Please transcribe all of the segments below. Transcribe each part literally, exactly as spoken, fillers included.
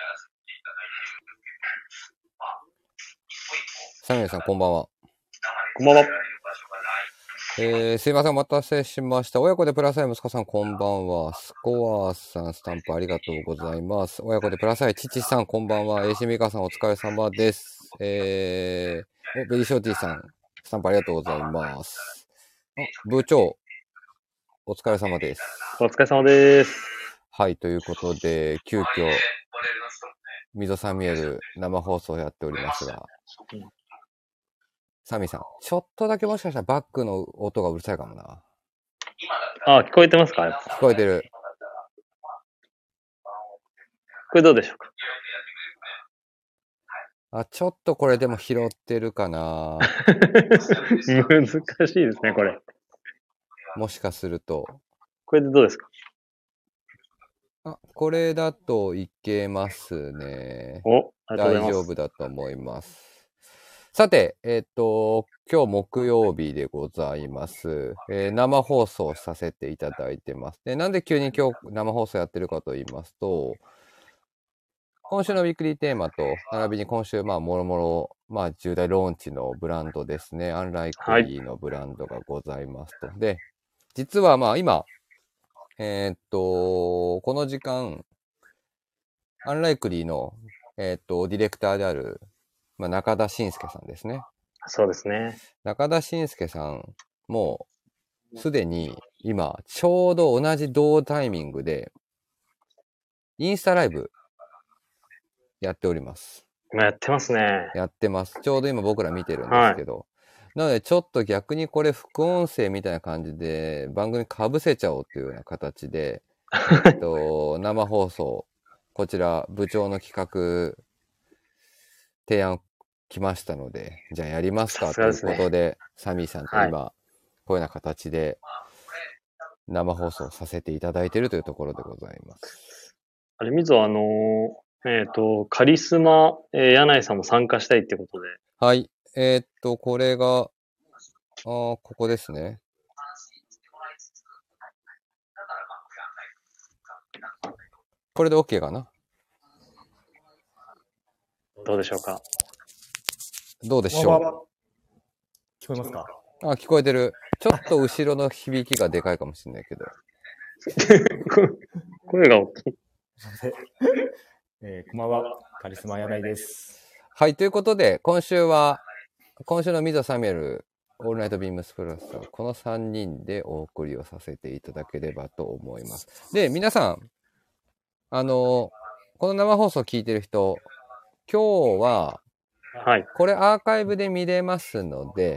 サミュエルさん、こんばんは。 こんばんは。 えー、すいません、お待たせしました。親子でプラスアイ息子さん、こんばんは。スコアさん、スタンプありがとうございます。親子でプラスアイ父さん、こんばんは。エーシー ミカさん、お疲れ様です。えー、お、ベリーショーティーさん、スタンプありがとうございます。部長、お疲れ様です。 お疲れ様です。 はい、ということで、急遽、溝サミュエル生放送やっておりますが、サミさん、ちょっとだけもしかしたらバックの音がうるさいかもな。 ああ、聞こえてますか？ 聞こえてる。 これどうでしょうか？ あ、ちょっとこれでも拾ってるかな。 難しいですね、これ。 もしかすると。 これでどうですか？ あ、これだといけますね。 お、ありがとうございます。 大丈夫だと思います。さて、えっと、今日木曜日でございます。えー生放送させていただいてます。で、なんで急に今日生放送やってるかと言いますと、今週のウィークリーテーマと、並びに今週、まあ、もろもろ、まあ、重大ローンチのブランドですね。アンライクリーのブランドがございますと。で、実はまあ、今、えーっと、この時間、アンライクリーの、えーっと、ディレクターである、まあ、中田信介さんですね。 そうですね。 中田信介さんも、すでに今、ちょうど同じ同タイミングで、インスタライブ、やっております。 今やってますね。 やってます。ちょうど今僕ら見てるんですけど。はい、なのでちょっと逆にこれ副音声みたいな感じで番組かぶせちゃおうというような形で、えっと、生放送、こちら部長の企画提案来ましたので、じゃあやりますかということで、ね、サミーさんと今、はい、こういうような形で生放送させていただいているというところでございます。 あれ、みぞ、あのー、えっ、ー、と、カリスマ、えー、柳井さんも参加したいってことで。 はい。えー、っと、これが、あここですね。これで OK かな？ どうでしょうか？ どうでしょう？ 聞こえますか？ あ、聞こえてる。ちょっと後ろの響きがでかいかもしれないけど。 声が大きい。 えー、こんばんは。カリスマ柳井です。 はい、ということで、今週は、今週の溝サミュエル、オールナイトビームスプラスは、このさんにんでお送りをさせていただければと思います。で、皆さん、あの、この生放送聞いてる人、今日は、 はい、 これアーカイブで見れますので、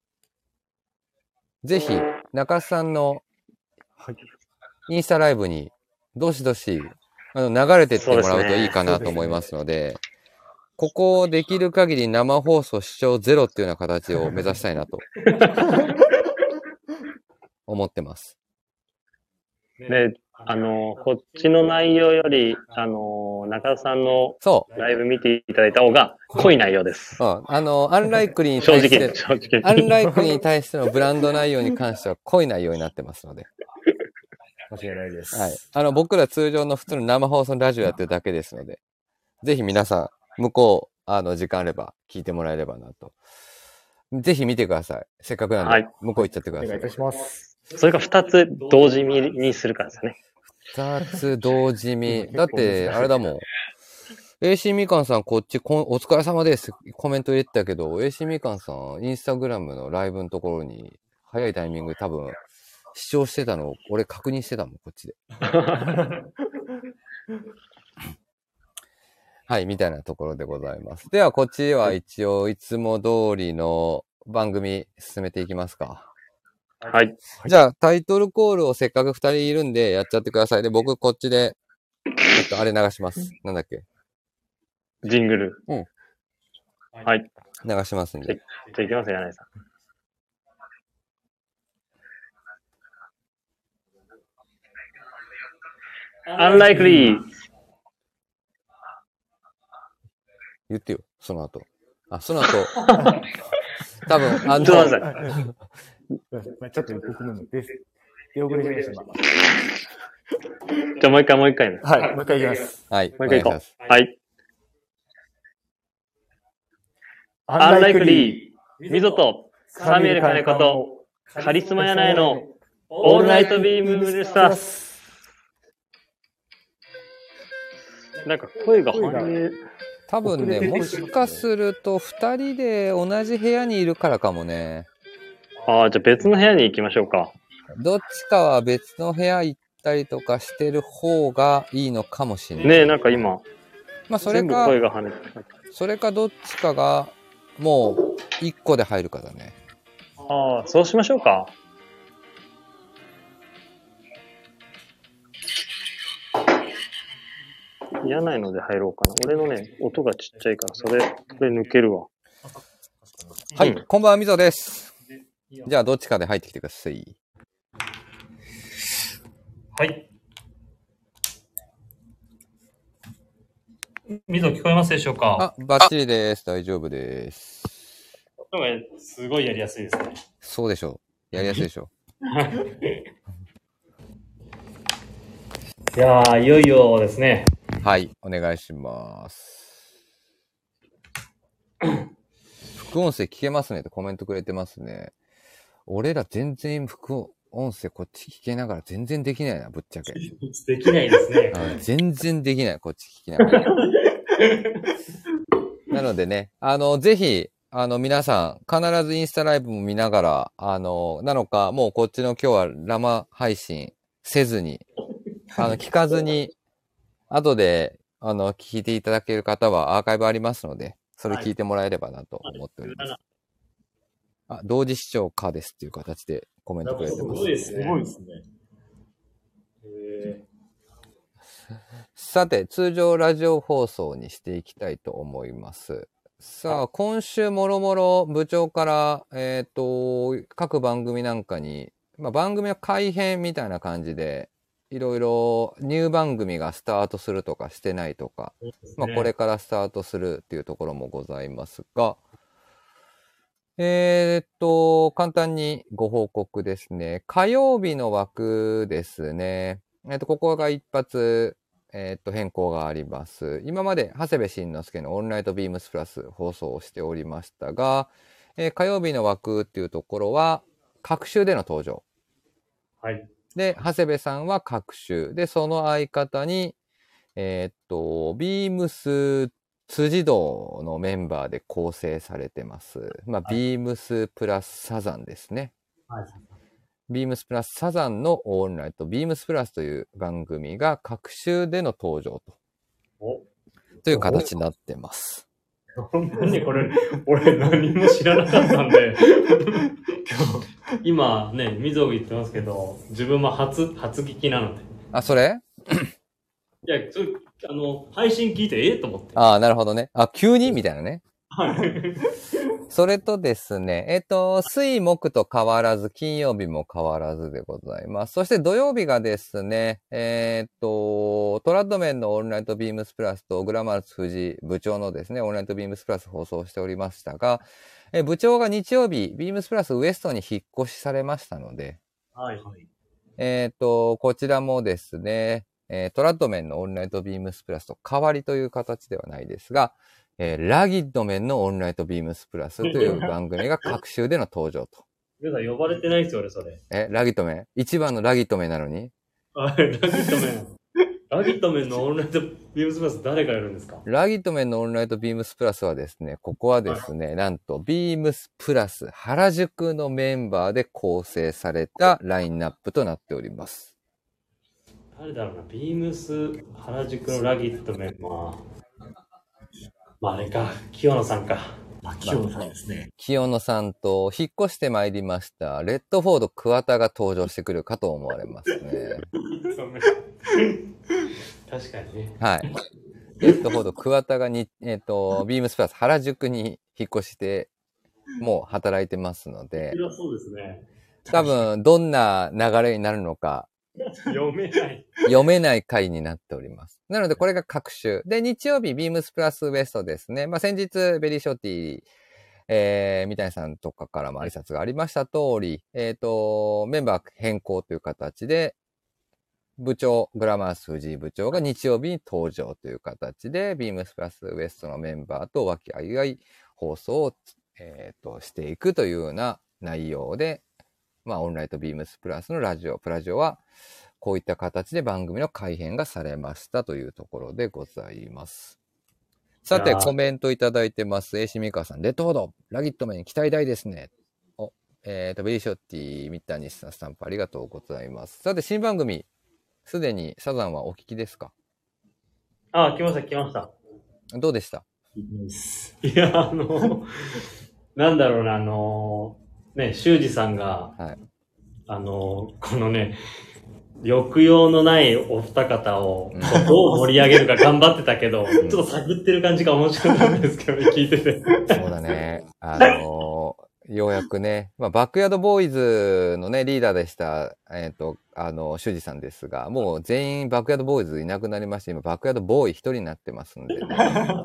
ぜひ、中須さんのインスタライブに、どしどし、あの、流れてってもらうといいかなと思いますので、ここをできる限り生放送視聴ゼロっていうような形を目指したいなと思ってます。 で、あの、こっちの内容より、あの、中田さんのライブ見ていただいた方が濃い内容です。 うん。あの、アンライクリーに対して、 正直、正直。 アンライクリーに対してのブランド内容に関しては濃い内容になってますので。 間違いないです。 はい。あの、僕ら通常の普通の生放送のラジオやってるだけですので、ぜひ皆さん、向こう、あの、時間あれば聞いてもらえればなと。ぜひ見てください。せっかくなんで、はい、向こう行っちゃってください。 お願いいたします。 それが二つ同時見にするからですね。 二つ同時見。だって、あれだもん。エーシー みかんさん、こっちこ、お疲れ様です。コメント入れてたけど、エーシー みかんさん、インスタグラムのライブのところに、早いタイミングで多分、視聴してたのを、俺確認してたもん、こっちで。はい、みたいなところでございます。では、こっちは一応、いつも通りの番組進めていきますか。 はい。 じゃあ、タイトルコールをせっかく二人いるんで、やっちゃってください。で、僕、こっちで、えっと、あれ流します。なんだっけ？ ジングル。 うん。 はい。 流しますんで。 じゃあ、いきますよ、柳井さん。アンライクリー。 言ってよ、その後。あ、その後。多分、あの、 ちょっと待ってください。 ちょっと僕のです。手遅れしました。 じゃあもう一回もう一回ね。 はい、もう一回いきます。 はい。 もう一回行こお願いします。 う。はい。アンライクリー、ミゾとサミュエル金子とカリスマやないのオールナイトビームブルースターズ。なんか声が反映。 多分ね、もしかすると二人で同じ部屋にいるからかもね。 ああ、じゃあ別の部屋に行きましょうか。 どっちかは別の部屋行ったりとかしてる方がいいのかもしれない。 ねえ、なんか今。 まあそれか、 声が跳ねてそれかどっちかがもう一個で入るかだね。 ああ、そうしましょうか。嫌ないので入ろうかな。俺のね、音がちっちゃいから、それ、これ抜けるわ。 はい、 うん、 こんばんは、みぞです。じゃあ、どっちかで入ってきてください。 はい。みぞ聞こえますでしょうか？ あ、バッチリです。大丈夫です。 すごいやりやすいですね。 そうでしょう。やりやすいでしょう。いやー、いよいよですね。 はい、お願いします。副音声聞けますねってコメントくれてますね。俺ら全然副音声こっち聞けながら全然できないな、ぶっちゃけ。 できないですね。 全然できない、こっち聞きながら。なのでね、あの、ぜひ、あの、皆さん、必ずインスタライブも見ながら、あの、なのか、もうこっちの今日は生配信せずに、あの、聞かずに、後で、あの、聞いていただける方はアーカイブありますので、それ聞いてもらえればなと思っております。はい、あ、同時視聴可ですっていう形でコメントくれてます。 すごいですね。すごいですね。 へー。さて、通常ラジオ放送にしていきたいと思います。さあ、今週もろもろ部長から、えっと、各番組なんかに、まあ、番組の改編みたいな感じで、いろいろニュー番組がスタートするとかしてないとか、ね、まあこれからスタートするっていうところもございますが、えー、っと、簡単にご報告ですね。火曜日の枠ですね。えっと、ここが一発、えー、っと、変更があります。今まで長谷部慎之介のオンライトビームスプラス放送をしておりましたが、えー、火曜日の枠っていうところは、各週での登場。 はい。 で、長谷部さんは各週。で、その相方に、えー、っと、ビームス辻堂のメンバーで構成されてます。まあ、はい、ビームスプラスサザンですね。はい、ビームスプラスサザンのオールナイト、ビームスプラスという番組が各週での登場と。という形になってます。 何これ、俺何も知らなかったんで。今ね、みぞ言ってますけど、自分も初、初聞きなので。 あ、それいや、それ、あの、配信聞いてええと思って。 ああ、なるほどね。あ、急にみたいなね。はい。それとですね、えっと、水木と変わらず、金曜日も変わらずでございます。そして土曜日がですね、えー、っと、トラッドメンのオールナイトビームスプラスとグラマラス藤部長のですね、オールナイトビームスプラス放送しておりましたが、え部長が日曜日、ビームスプラスウエストに引っ越しされましたので、 はいはい。 えっと、こちらもですね、えー、トラッドメンのオールナイトビームスプラスと代わりという形ではないですが、えー、ラギッドメンのオールナイトビームスプラスという番組が各週での登場と。 皆さん呼ばれてないですよ、俺、それ。 え、ラギッドメン一番のラギッドメンなのにあ、ラギッドメン。ラギッドメンのオールナイトビームスプラス誰がやるんですか？ ラギッドメンのオールナイトビームスプラスはですね、ここはですね、はい、なんとビームスプラス原宿のメンバーで構成されたラインナップとなっております。 誰だろうな、ビームス原宿のラギッドメンは、まああれか、清野さんか。あ、清野さんですね。 清野さんと引っ越してまいりました、レッドフォード桑田が登場してくるかと思われますね。 確かにね。 はい。レッドフォード桑田がに、えっと、ビームスプラス原宿に引っ越して、もう働いてますので。 そうですね。 多分、どんな流れになるのか。 読めない。 読めない回になっております。なので、これが各週。で、日曜日、ビームスプラスウエストですね。まあ、先日、ベリーショーティー、えー、三谷さんとかからも挨拶がありました通り、えっと、メンバー変更という形で、 部長、グラマラス藤井部長が日曜日に登場という形で、ビームスプラスウエストのメンバーと和気あいあい放送を、えー、としていくというような内容で、まあ、オンライトビームスプラスのラジオ、プラジオは、こういった形で番組の改編がされましたというところでございます。さて、コメントいただいてます。エーシーミカさん、レッドフォード、ラギットメン期待大ですね。お、えっ、ー、と、ベリーショッティ、ミッターニスさん、スタンプありがとうございます。さて、新番組、すでにサザンはお聞きですか？ ああ、来ました、来ました。 どうでした？ いや、あの、なんだろうな、あの、ね、修二さんが、はい、あの、このね、抑揚のないお二方をどう盛り上げるか頑張ってたけど、うん、ちょっと探ってる感じが面白かったんですけどね、聞いてて。 そうだね。あのー、ようやくね、まあ、バックヤードボーイズのね、リーダーでした、えっ、ー、と、あの、修二さんですが、もう全員バックヤードボーイズいなくなりまして、今バックヤードボーイ一人になってますんでね。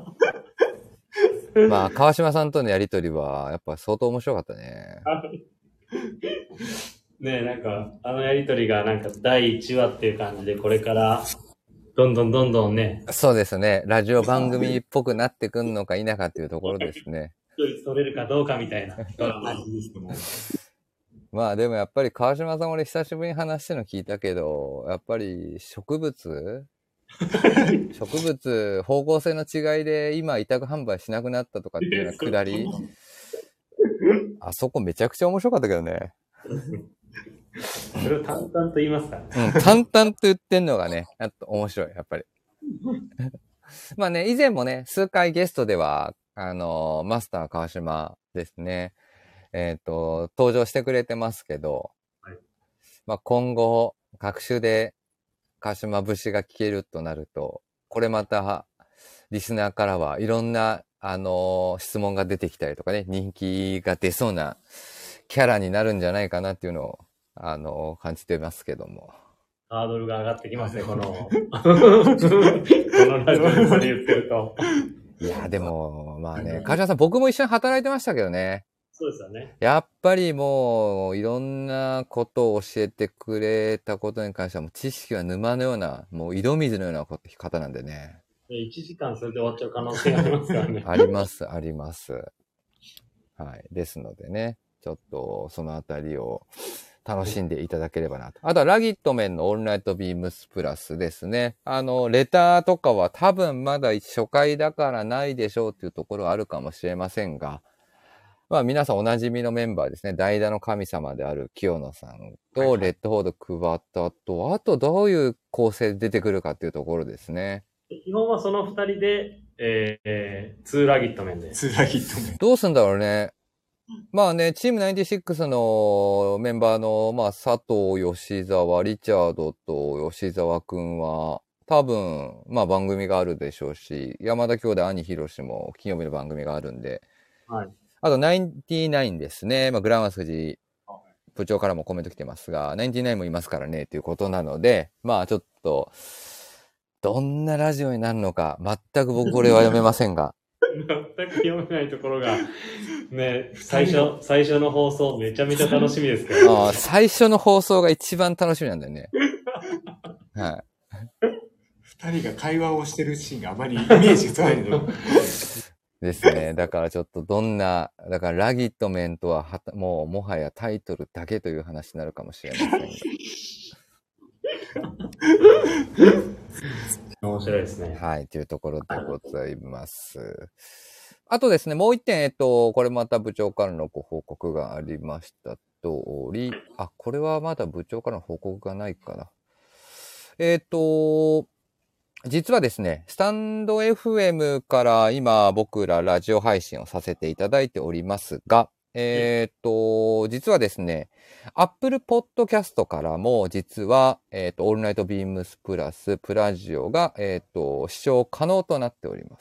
まあ、川島さんとのやりとりは、やっぱ相当面白かったね。 ねえ、なんか、あのやりとりがなんかだいいちわっていう感じで、これから、どんどんどんどんね。 そうですね。ラジオ番組っぽくなってくんのか否かっていうところですね。 一つ取れるかどうかみたいな。 まあでもやっぱり川島さん俺久しぶりに話してるの聞いたけど、やっぱり植物植物、方向性の違いで今委託販売しなくなったとかっていうようなくだり。あそこめちゃくちゃ面白かったけどね。 それを淡々と言いますからね。うん、淡々と言ってんのがね、やっと面白い、やっぱり。まあね、以前もね、数回ゲストでは、あの、マスター川島ですね、えっと、登場してくれてますけど、はい、まあ今後、各種で川島節が聞けるとなると、これまた、リスナーからはいろんな、あのー、質問が出てきたりとかね、人気が出そうなキャラになるんじゃないかなっていうのを、あのー、感じてますけども。 ハードルが上がってきますね、この、このラジオでそれ言ってると。 いや、でも、まあね、川島さん、僕も一緒に働いてましたけどね。 そうですよね。 やっぱりもう、いろんなことを教えてくれたことに関しては、もう知識は沼のような、もう井戸水のような方なんでね。 いちじかんそれで終わっちゃう可能性がありますからね。 あります、あります。はい。ですのでね、ちょっとそのあたりを楽しんでいただければなと。あとはラギットメンのオンライトビームスプラスですね。あの、レターとかは多分まだ初回だからないでしょうっていうところはあるかもしれませんが、まあ皆さんおなじみのメンバーですね。代打の神様である清野さんとレッドフォード桑田と、あとどういう構成で出てくるかっていうところですね。 基本はその二人で、えー、ツーラギットメンで。 ツーラギットメン。 どうすんだろうね。まあね、チームナインティシックスのメンバーの、まあ佐藤、吉沢、リチャードと吉沢くんは、多分、まあ番組があるでしょうし、山田兄弟、兄ひろしも金曜日の番組があるんで、 はい。 あと、ナインティナインですね。まあ、グラマス藤井部長からもコメント来てますが、ナインティナインもいますからね、ということなので、まあ、ちょっと、どんなラジオになるのか、全く僕これは読めませんが。 全く読めないところが、ね、最初、最初の放送めちゃめちゃ楽しみですけど。 ああ、最初の放送が一番楽しみなんだよね。はい。 二人が会話をしてるシーンがあまりイメージつかないの。 ですね。だからちょっとどんな、だからラギットメンとははた、もうもはやタイトルだけという話になるかもしれませんが。 面白いですね。 はい、というところでございます。あとですね、もう一点、えっと、これまた部長からのご報告がありました通り、あ、これはまだ部長からの報告がないかな。えっと、実はですね、スタンド エフエム から今僕らラジオ配信をさせていただいておりますが、えっと、実はですね、Apple Podcast からも実は、えっと、オールナイトビームスプラスプラジオが、えっと、視聴可能となっております。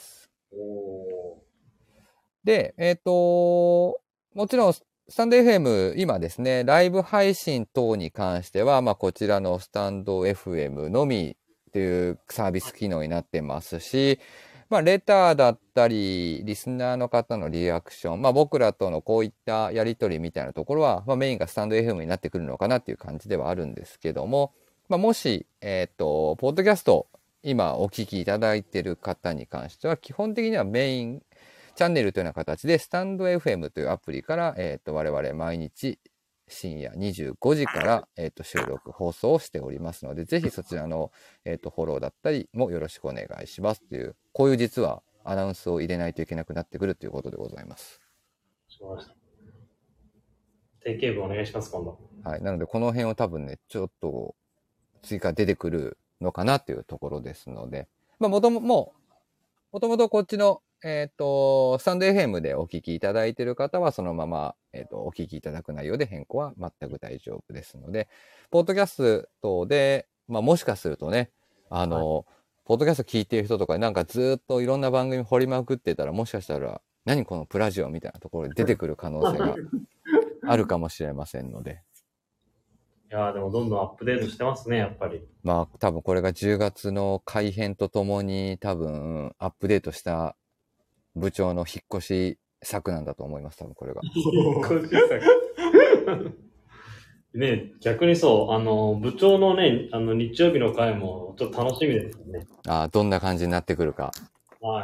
で、えっと、もちろん、スタンド エフエム、今ですね、ライブ配信等に関しては、まあ、こちらのスタンド エフエム のみというサービス機能になってますし、まあ、レターだったり、リスナーの方のリアクション、まあ、僕らとのこういったやりとりみたいなところは、まあ、メインがスタンド エフエム になってくるのかなっていう感じではあるんですけども、 まあ、もし、えっと、ポッドキャスト、今お聞きいただいている方に関しては、基本的にはメインチャンネルというような形で、スタンド エフエム というアプリから、えっと、我々毎日深夜にじゅうごじから、えっと、収録、放送をしておりますので、ぜひそちらの、えっと、フォローだったりもよろしくお願いしますという、こういう実はアナウンスを入れないといけなくなってくるということでございます。 しました。定型文お願いします、今度。 はい。なので、この辺を多分ね、ちょっと追加出てくるのかなというところですので、まあ、もとも、もう、もともとこっちの、えっと、スタンド エフエム でお聞きいただいている方は、そのまま、えっと、お聞きいただく内容で変更は全く大丈夫ですので、ポッドキャストで、まあ、もしかするとね、あの、はい、ポッドキャスト聞いている人とか、なんかずっといろんな番組掘りまくってたら、もしかしたら、何このプラジオみたいなところで出てくる可能性があるかもしれませんので。 いやーでもどんどんアップデートしてますね、やっぱり。 まあ多分これがじゅうがつの改編とともに多分アップデートした部長の引っ越し策なんだと思います、多分これが。 引っ越し策ね、逆にそう、あの、部長のね、あの、日曜日の回もちょっと楽しみですよね。 ああ、どんな感じになってくるか。 はい。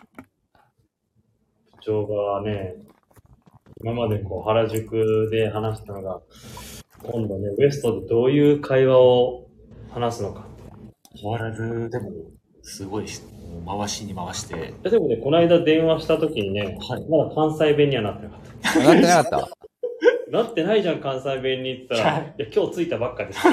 部長がね、今までこう原宿で話したのが、今度ね、ウエストでどういう会話を話すのか。 変わらず、でも、すごいし、回しに回して。 でもね、この間電話した時にね、はい、まだ関西弁にはなってなかった。 なってなかったなってないじゃん、関西弁に言ったら。いや、今日着いたばっかです。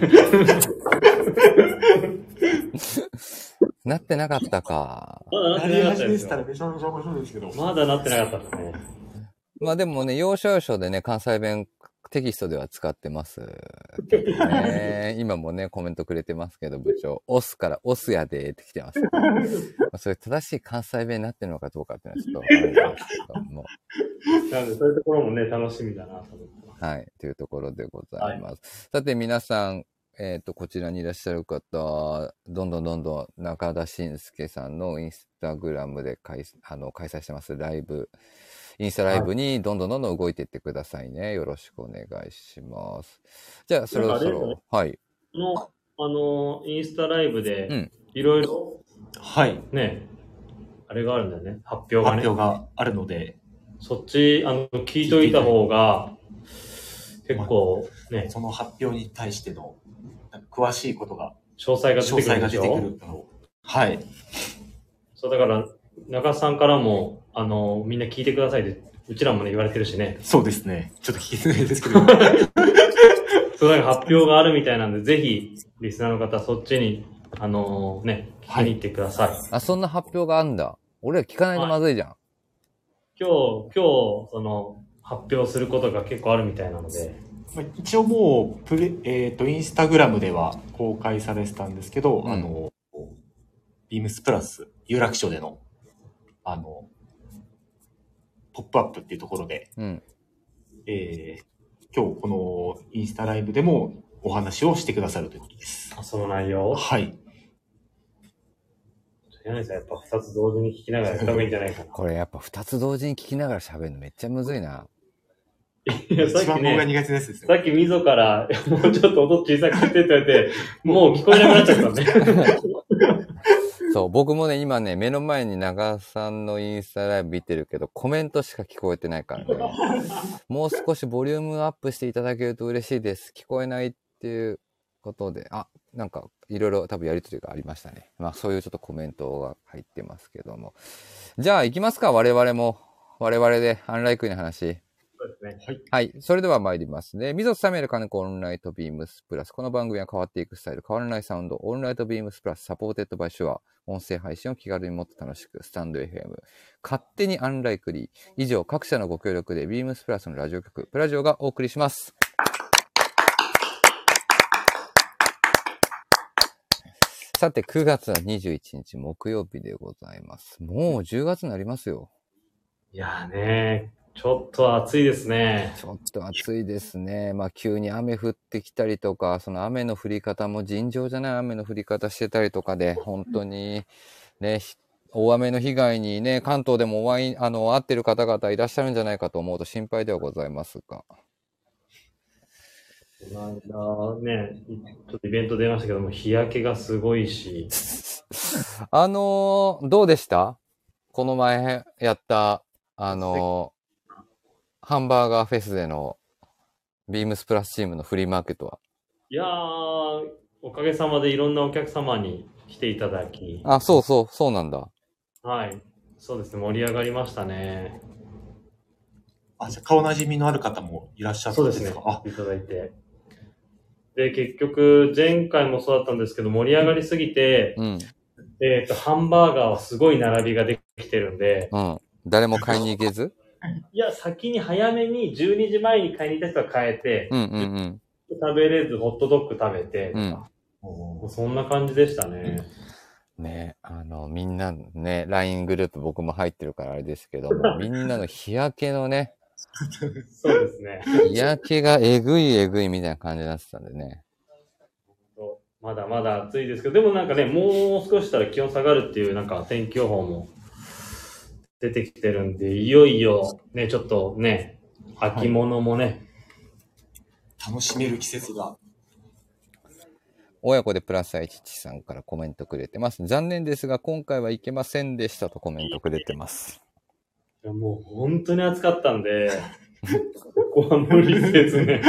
なってなかったか。 まだなってなかったですよ。 めちゃめちゃ面白いですけど。 まだなってなかったですね。 まあでもね、要所要所でね、関西弁テキストでは使ってます、ね。今もね、コメントくれてますけど、部長。オスからオスやでーって来てます。まあ、それ正しい関西弁になってるのかどうかっていうのはちょっとわからないですけども。 なので、そういうところもね、楽しみだなと思ってます。 はい。というところでございます。はい、さて、皆さん、えっと、こちらにいらっしゃる方、どんどんどんどん中田信介さんのインスタグラムで開あの開催してますライブ、インスタライブにどんどんどんどん動いていってくださいね。よろしくお願いします。じゃあ、そろそろ、ね、はい。 の、あの、インスタライブで、いろいろ、 はい。 ね、あれがあるんだよね。発表がね。 発表があるので。 そっち、あの、聞いといた方が、結構ね、 まあ、その発表に対しての、詳しいことが、 詳細が出てくるでしょ。 詳細が出てくるの。はい。 そう、だから、中さんからも、あの、みんな聞いてくださいって、うちらもね、言われてるしね。 そうですね。ちょっと聞きづらいですけど。 そう、なんか発表があるみたいなんで、ぜひ、リスナーの方、そっちに、あのー、ね、聞きに行ってください。はい、 あ、そんな発表があるんだ。俺ら聞かないとまずいじゃん。 今日、今日、その、発表することが結構あるみたいなので。 一応もう、プレ、えっと、インスタグラムでは公開されてたんですけど、うん、あの、ビームスプラス、有楽町での、あの、ポップアップっていうところで、うん、えー、今日このインスタライブでもお話をしてくださるということです。 あ、その内容？ はい。 柳さんやっぱ二つ同時に聞きながらやった方がいいんじゃないかな。 これやっぱ二つ同時に聞きながら喋るのめっちゃむずいな。 いや、さっきね、 苦手ですよ。 さっき溝から、もうちょっと音小さくしてって言われて、もう聞こえなくなっちゃったね。 そう、僕もね、今ね、目の前に長さんのインスタライブ見てるけど、コメントしか聞こえてないからね。もう少しボリュームアップしていただけると嬉しいです。聞こえないっていうことで、あ、なんか、いろいろ多分やりとりがありましたね。まあ、そういうちょっとコメントが入ってますけども。じゃあ、行きますか、我々も。我々で、アンライクの話。 そうですね。 はい。はい。それでは参りますね。溝サメル金子オンライトビームスプラス。この番組は変わっていくスタイル、変わらないサウンド、オンライトビームスプラス、サポーテッドバイシュア。音声配信を気軽にもっと楽しく、スタンド エフエム。勝手にアンライクリー。以上、各社のご協力で、ビームスプラスのラジオ局、プラジオがお送りします。さて、くがつのにじゅういちにち木曜日でございます。もうじゅうがつになりますよ。 いやーねー。ちょっと暑いですね。 ちょっと暑いですね。まあ急に雨降ってきたりとか、その雨の降り方も尋常じゃない雨の降り方してたりとかで、本当にね、大雨の被害にね、関東でもお会い、あの、会ってる方々いらっしゃるんじゃないかと思うと心配ではございますが。 この間ね、ちょっとイベント出ましたけども、日焼けがすごいし。 あのー、どうでした？この前やった、あのー、ハンバーガーフェスでのビームスプラスチームのフリーマーケットは。 いやー、おかげさまでいろんなお客様に来ていただき。 あ、そうそう、そうなんだ。 はい。そうですね、盛り上がりましたね。 あ、じゃあ顔なじみのある方もいらっしゃったんですか？ そうですね。あ、いただいて。で、結局、前回もそうだったんですけど、盛り上がりすぎて、うん、えっと、ハンバーガーはすごい並びができてるんで、 うん。誰も買いに行けずいや、先に早めにじゅうにじまえに買いに行った人は買えて、 うんうんうん。 食べれずホットドッグ食べて、うん、もうそんな感じでしたね。 ね、あの、みんなね、ライン グループ僕も入ってるからあれですけども、みんなの日焼けのね、 そうですね。 日焼けがえぐいえぐいみたいな感じになってたんでね。 まだまだ暑いですけど、でもなんかね、もう少ししたら気温下がるっていうなんか天気予報も出てきてるんで、いよいよね、ちょっとね、秋物もね、 はい、楽しめる季節が。 親子でプラス愛父さんからコメントくれてます。残念ですが、今回は行けませんでしたとコメントくれてます。 いやもう本当に暑かったんで、ここは無理せずね。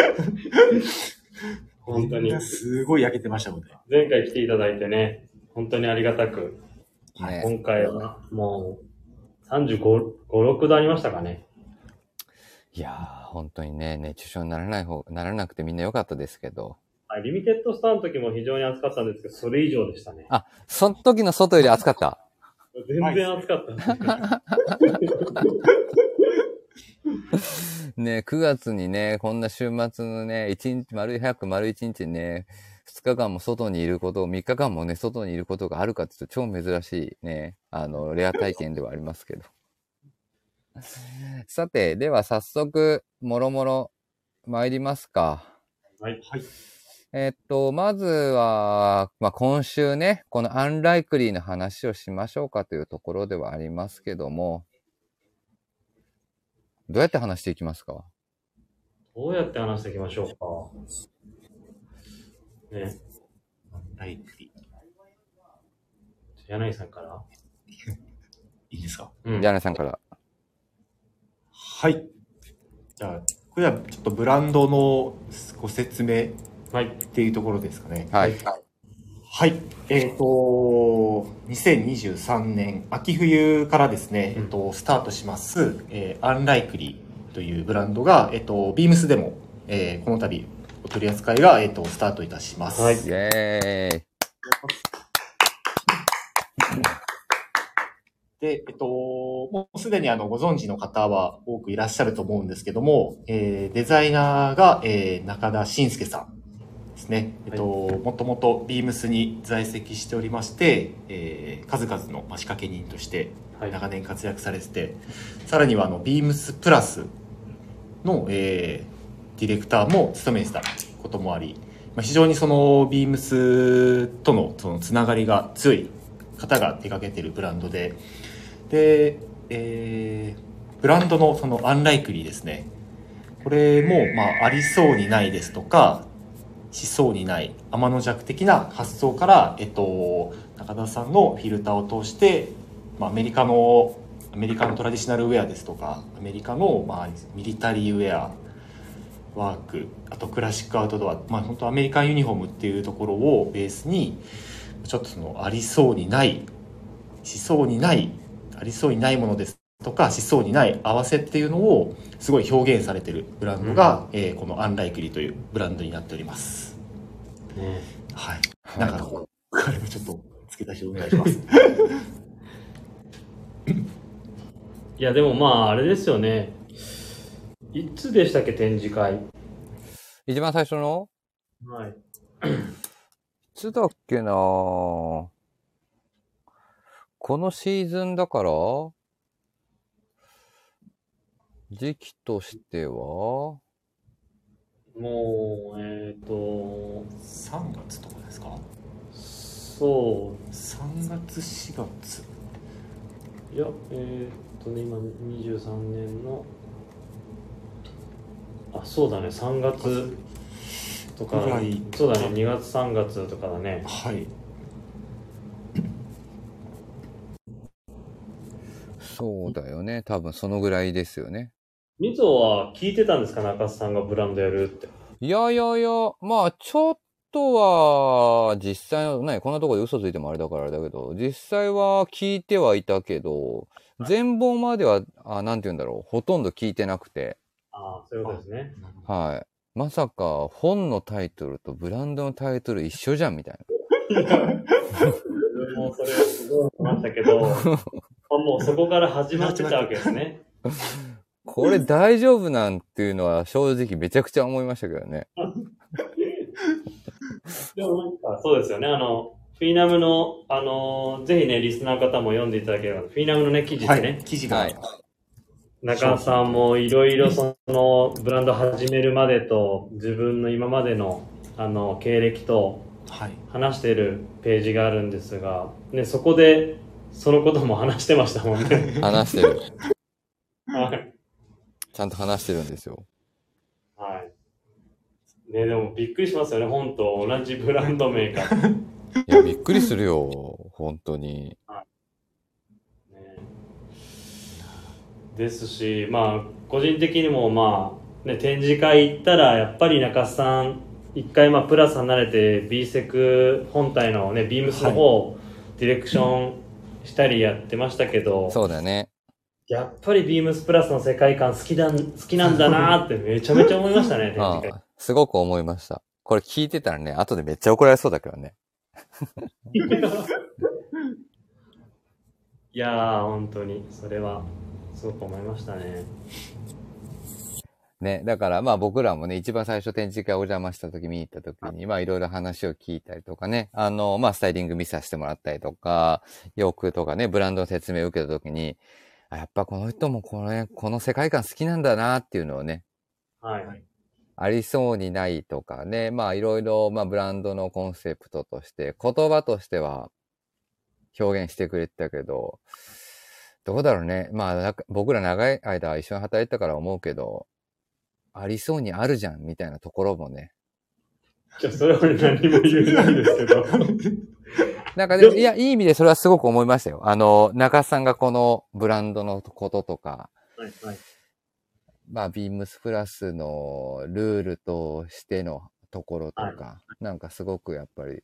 本当に。 すごい焼けてましたもんね。 前回来ていただいてね、本当にありがたく。ね、今回はもうさんじゅうご、ろくどありましたかね。 いやー、本当にね、熱中症にならない方、ならなくてみんな良かったですけど。 リミテッドスターの時も非常に暑かったんですけど、それ以上でしたね。 あ、その時の外より暑かった。 全然暑かった 。ね、くがつにね、こんな週末のね、一日、丸い早く丸一日ね、二日間も外にいること、三日間もね、外にいることがあるかっていうと超珍しいね、あの、レア体験ではありますけど。さて、では早速、もろもろ参りますか。 はい。はい。 えっと、まずは、まあ、今週ね、このアンライクリーの話をしましょうかというところではありますけども、どうやって話していきますか？ どうやって話していきましょうか。ね。 アンライクリー。柳井さんからいいですか？ うん。柳井さんから。 はい。じゃあ、これはちょっとブランドのご説明っていうところですかね。 はい。 はい。はい。えっと、にせんにじゅうさんねん秋冬からですね、えっと、スタートします、えー、アンライクリーというブランドが、えっと、ビームスでも、えー、この度お取り扱いが、えっと、スタートいたします。 はい。イェーイ。 で、えっと、もうすでにあの、ご存知の方は多くいらっしゃると思うんですけども、えー、デザイナーが、えー、中田信介さんですね。えっと、もともとビームスに在籍しておりまして、えー、数々の仕掛け人として長年活躍されてて、はい、さらにはあの、ビームスプラスの、えー、ディレクターも務めてたこともあり、まあ、非常にその、ビームスとのそのつながりが強い方が手掛けているブランドで、で、えー、ブランドのそのアンライクリーですね。これも、まあ、ありそうにないですとか、しそうにない天の弱的な発想から、えっと、中田さんのフィルターを通して、まあ、アメリカの、アメリカのトラディショナルウェアですとか、アメリカの、まあ、ミリタリーウェア、ワーク、あとクラシックアウトドア、まあ、本当アメリカンユニフォームっていうところをベースに、ちょっとそのありそうにない、しそうにない、ありそうにないものですとかしそうにない合わせっていうのをすごい表現されているブランドが、うんえー、このアンライクリーというブランドになっております。ね、はい。なんかこれもちょっと付け足しお願いします。 いやでもまああれですよね。いつでしたっけ展示会？ 一番最初の？ はい。いつだっけなぁ。このシーズンだから時期としてはもうえっ、ー、とさんがつとかですか？ そうさんがつしがついやえっ、ー、とね今にじゅうさんねんのあそうだねさんがつとか、そうだね、にがつさんがつとかだね。 はい。 そうだよね。多分そのぐらいですよね。 みぞは聞いてたんですか、中津さんがブランドやるって。 いやいやいや、まあちょっとは、実際はね、こんなところで嘘ついてもあれだからあれだけど、実際は聞いてはいたけど、全貌までは、あ、なんて言うんだろう、ほとんど聞いてなくて。 ああ、そういうことですね。 はい。まさか、本のタイトルとブランドのタイトル一緒じゃん、みたいな。 もうそれはすごい思いましたけど、もうそこから始まってたわけですね。 これ大丈夫なんていうのは正直めちゃくちゃ思いましたけどね。 でもなんかそうですよね。あの、フィーナムの、あの、ぜひね、リスナーの方も読んでいただければ、フィーナムのね、記事ですね。 はい、記事が。はい、 中さんもいろいろそのブランド始めるまでと、自分の今までの、あの、経歴と、話しているページがあるんですが、ね、そこで、そのことも話してましたもんね。 話してる。 はい。 ちゃんと話してるんですよ。 はい。ね、でもびっくりしますよね、本と同じブランド名か。 いや、びっくりするよ、本当に。 はいね、ですし、まあ、個人的にも、まあ、ね、展示会行ったら、やっぱり中須さん、一回、まあ、プラス離れて、ビーセク本体のね、ビームスの方、はい、ディレクションしたりやってましたけど、 そうだね。 やっぱりビームスプラスの世界観好きだ、好きなんだなーってめちゃめちゃ思いましたね、展示会。 ああ、すごく思いました。これ聞いてたらね、後でめっちゃ怒られそうだけどね。 いやー、本当に、それは、すごく思いましたね。 ね、だからまあ僕らもね、一番最初展示会お邪魔した時見に行った時に、まあいろいろ話を聞いたりとかね、あの、まあスタイリング見させてもらったりとか、洋服とかね、ブランドの説明を受けた時に、あ、やっぱこの人もこの、この世界観好きなんだなっていうのをね、 はい。 ありそうにないとかね、まあいろいろ、まあブランドのコンセプトとして、言葉としては表現してくれてたけど、どうだろうね。まあ僕ら長い間一緒に働いてたから思うけど、ありそうにあるじゃんみたいなところもね。 じゃあそれは俺何も言えないんですけど。 なんかでも、いや、いい意味でそれはすごく思いましたよ。あの、中さんがこのブランドのこととか、 はいはい、 まあ、ビームスプラスのルールとしてのところとか、はい、なんかすごくやっぱり、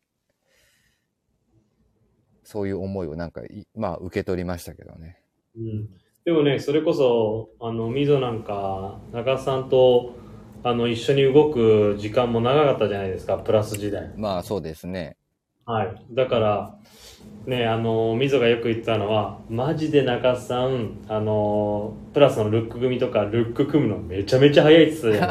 そういう思いをなんか、まあ、受け取りましたけどね。 うん。でもね、それこそ、あの、みぞなんか、中さんと、あの、一緒に動く時間も長かったじゃないですか、プラス時代。 まあ、そうですね。 はい。だから、ね、あの、みぞがよく言ってたのは、マジで中さん、あの、プラスのルック組とか、ルック組むのめちゃめちゃ早いっすね。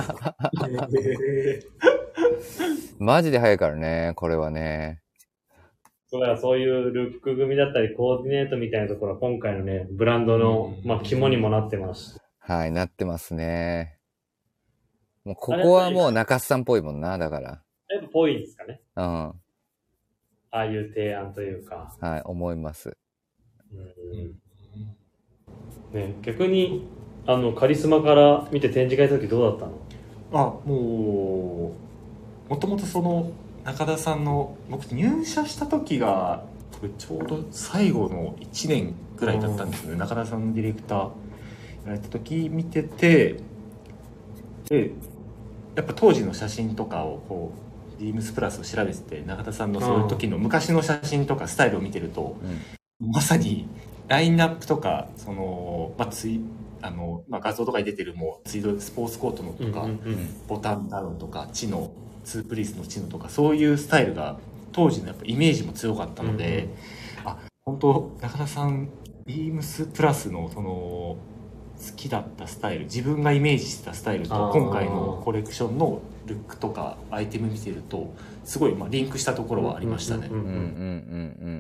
マジで早いからね、これはね。 そうだからそういうルック組だったり、コーディネートみたいなところは今回のね、ブランドの、まあ、肝にもなってます。 はい、なってますね。もうここはもう中須さんっぽいもんな、だから。 やっぱぽいんですかね。 うん。 ああいう提案というか。 はい、思います。 うんね、逆に、あの、カリスマから見て展示会の時どうだったの？ あ、もう、もともとその、中田さんの、僕入社した時が、ちょうど最後のいちねんぐらいだったんですよね。中田さんのディレクターやられた時見てて、で、やっぱ当時の写真とかをこう、ビームスプラスを調べてて、中田さんのそういう時の昔の写真とかスタイルを見てると、うん、まさにラインナップとか、その、まあ、つい、あの、まあ、画像とかに出てるもう、ツイードスポーツコートのとか、うんうんうん、ボタンダウンとか、チノ、ツープリースのチノとか、そういうスタイルが当時のやっぱイメージも強かったので、うん、あ、本当中田さん、ビームスプラスのその、好きだったスタイル、自分がイメージしてたスタイルと今回のコレクションのルックとかアイテム見てるとすごいまあリンクしたところはありましたね。 うんうんうんうん。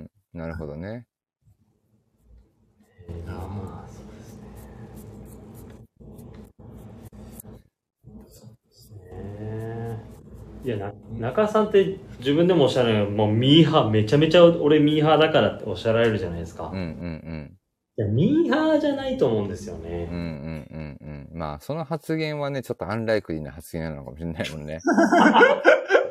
なるほどね。 ああ、もうそうですね。そうですね。いやな中さんって自分でもおっしゃるようにもうミーハーめちゃめちゃ俺ミーハーだからっておっしゃられるじゃないですか。 うんうんうん。 いや、ミーハーじゃないと思うんですよね。 うんうんうんうん。まあ、その発言はね、ちょっとアンライクリーな発言なのかもしれないもんね。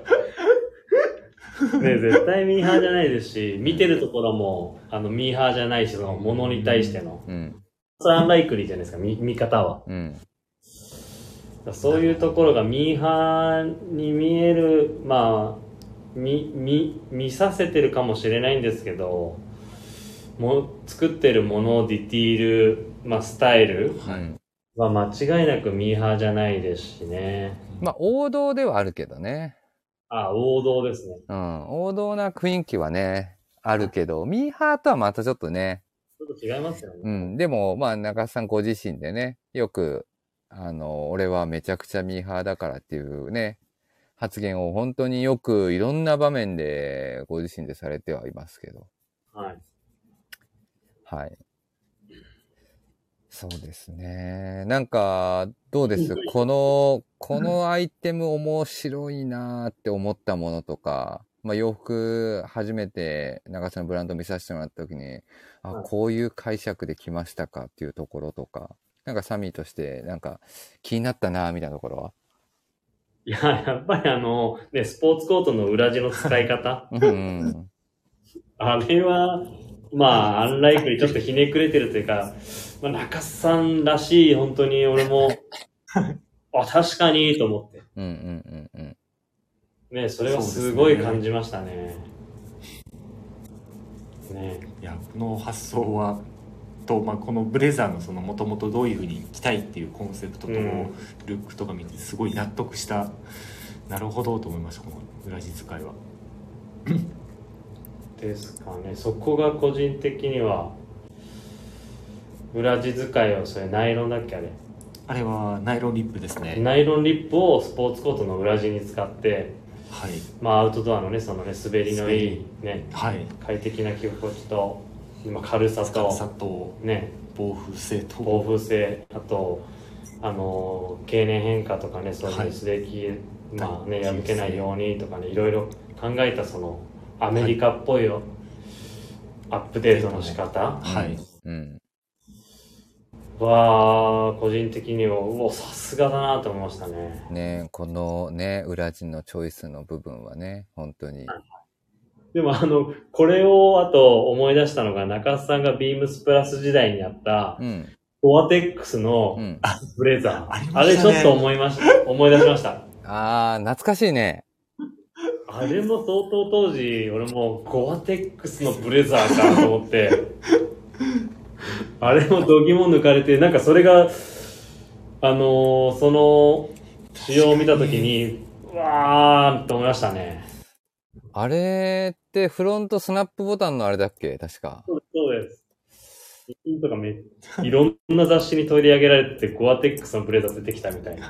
ね、絶対ミーハーじゃないですし、見てるところも、あの、ミーハーじゃないし、その、ものに対しての。うん。それアンライクリーじゃないですか、見、見方は。うん。そういうところがミーハーに見える、まあ、見、見、見させてるかもしれないんですけど、も作ってるもの、ディティール、まあ、スタイルは間違いなくミーハーじゃないですしね。 まあ、王道ではあるけどね。 ああ、王道ですね。 うん。王道な雰囲気はね、あるけど、ミーハーとはまたちょっとね。 ちょっと違いますよね。 うん。でも、まあ、中須さんご自身でね、よく、あの、俺はめちゃくちゃミーハーだからっていうね、発言を本当によくいろんな場面でご自身でされてはいますけど。はい。はい。そうですね。なんか、どうですこの、このアイテム面白いなーって思ったものとか、まあ、洋服初めて長瀬のブランド見させてもらった時に、あ、こういう解釈で来ましたかっていうところとか、なんかサミーとしてなんか気になったなーみたいなところは？ いや、やっぱりあの、ね、スポーツコートの裏地の使い方。うん、あれは、まあ、アンライクにちょっとひねくれてるというか、まあ、中さんらしい、本当に俺も、あ、確かに、と思って。うんうんうんうん。ね、それはすごい感じましたね。 ね。いや、この発想は、と、まあ、このブレザーのそのもともとどういうふうに着たいっていうコンセプトと、うん、ルックとか見てすごい納得した、なるほどと思いました、この裏地使いは。 ですかね。そこが個人的には裏地使いを、それナイロンだっけあれあれはナイロンリップですね。 ナイロンリップをスポーツコートの裏地に使って、はい、まあアウトドアのね、そのね、滑りのいいね、はい、快適な着心地と今軽さと軽さとね、防風性と防風性、あとあの経年変化とかね、そういう擦れ機、はい、まあね、破けないようにとかね、いろいろ考えたそのアメリカっぽい、はい、アップデートの仕方、はい、うん、は個人的にはうおさすがだなと思いましたね。 ね、このね裏地のチョイスの部分はね、本当に。 でもあのこれをあと思い出したのが、中須さんがビームスプラス時代にあった、うん、ゴアテックスのブレザー、うん、あ, あれちょっと思いました思い出しました。 ああ、懐かしいね。 あれも相当当時、俺もゴアテックスのブレザーかと思って、あれも度肝抜かれて、なんかそれが、あのー、その仕様を見たときに、うわーって思いましたね。 あれってフロントスナップボタンのあれだっけ確か。 そうです、そうです。とかめいろんな雑誌に取り上げられて、ゴアテックスのブレザー出てきたみたいな。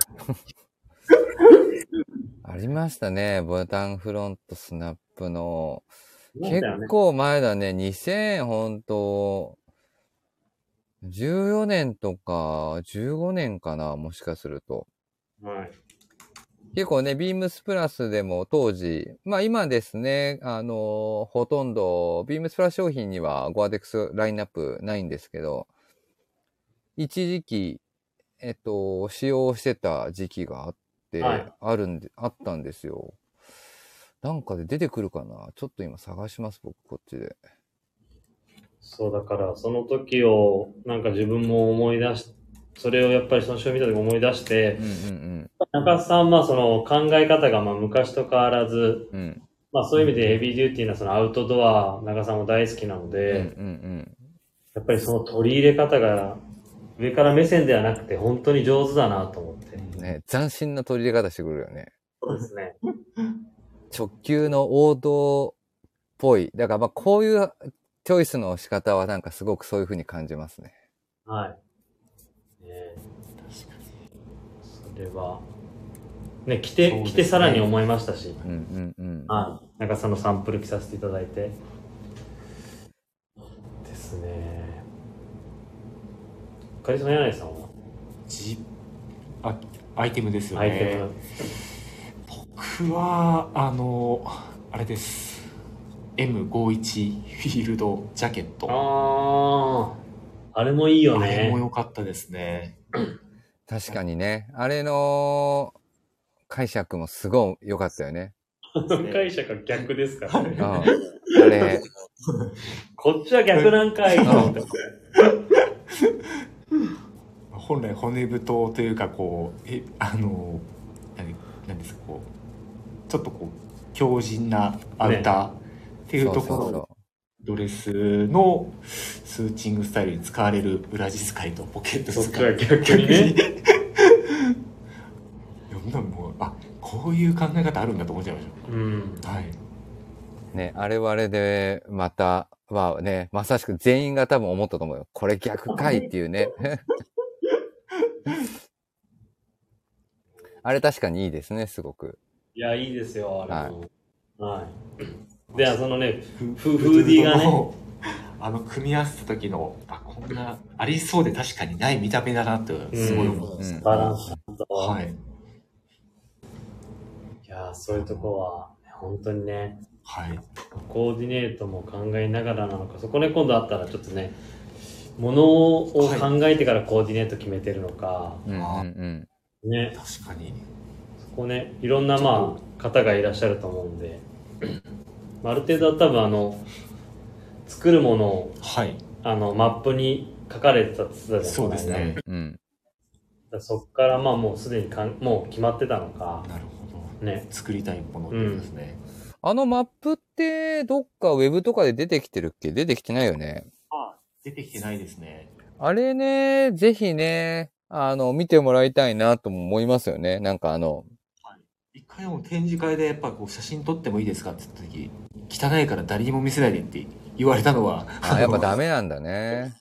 ありましたね。ボタンフロントスナップの。結構前だね。にせん、ほんと、じゅうよねんとか、じゅうごねんかな、もしかすると。はい。結構ね、ビームスプラスでも当時、まあ今ですね、あの、ほとんど、ビームスプラス商品にはゴアテックスラインナップないんですけど、一時期、えっと、使用してた時期があって、はい、あるんで、あったんですよ。なんかで出てくるかな？ちょっと今探します、僕、こっちで。 そう、だから、その時を、なんか自分も思い出し、それをやっぱりその書を見た時思い出して、うんうんうん、中須さんはその考え方がまあ昔と変わらず、うん、まあそういう意味でヘビーデューティーなそのアウトドア、中須さんも大好きなので、うんうんうん、やっぱりその取り入れ方が上から目線ではなくて本当に上手だなと思って。 ね、斬新な取り入れ方してくるよね。 そうですね。 直球の王道っぽい。だからまあこういうチョイスの仕方はなんかすごくそういう風に感じますね。 はい。ね、確かに。それは、ね、着て、ね、着てさらに思いましたし。うんうんうん。はい。中さんのサンプル着させていただいて。ですね。カリスマ柳井さんはじ、あ、アイテムですよね。アイテム。僕は、あの、あれです。エムごじゅういち フィールドジャケット。 ああ、あれもいいよね。 あれも良かったですね。 確かにね。あれの解釈もすごい良かったよね。 解釈が逆ですからね。 あれ。 こっちは逆なんかいと思って。 本来骨太というかこうえあの何何ですかこうちょっとこう強靭なアウターっていうところ、ね、そうそうそうドレスのスーチングスタイルに使われる裏地使いとポケット使い。 そっちは逆にね。 いやもうあこういう考え方あるんだと思っちゃいました。うん。はい。 ね、あれはあれでまたはね、まさしく全員が多分思ったと思うよ。これ逆かいっていうね。あれ確かにいいですね、すごく。 いや、いいですよ、あれも。はい。はい、で、そのね、 フ, フーディーがね、あの、組み合わせた時の、あ、こんな、ありそうで確かにない見た目だなって、すごい思います。うん、 バランスと。 はい。 いや、そういうとこは、本当にね、 はい。 コーディネートも考えながらなのか、そこね、今度あったらちょっとね、ものを考えてからコーディネート決めてるのか、 うんうんうん、ね。 確かに。 そこね、いろんなまあ、方がいらっしゃると思うんで、ある程度は多分あの、作るものを、 はい、 あの、マップに書かれてたって言ってたじゃないですか。 そうですね。 うん。 そっからまあもうすでにかんもう決まってたのか。 なるほど。 ね。 作りたいものですね。 うん、あのマップってどっかウェブとかで出てきてるっけ？出てきてないよね。 あ、出てきてないですね。 あれね、ぜひね、あの、見てもらいたいなとも思いますよね。なんかあの、 はい、一回も展示会でやっぱこう写真撮ってもいいですかって言った時、汚いから誰にも見せないでって言われたのは。 あ、やっぱダメなんだね。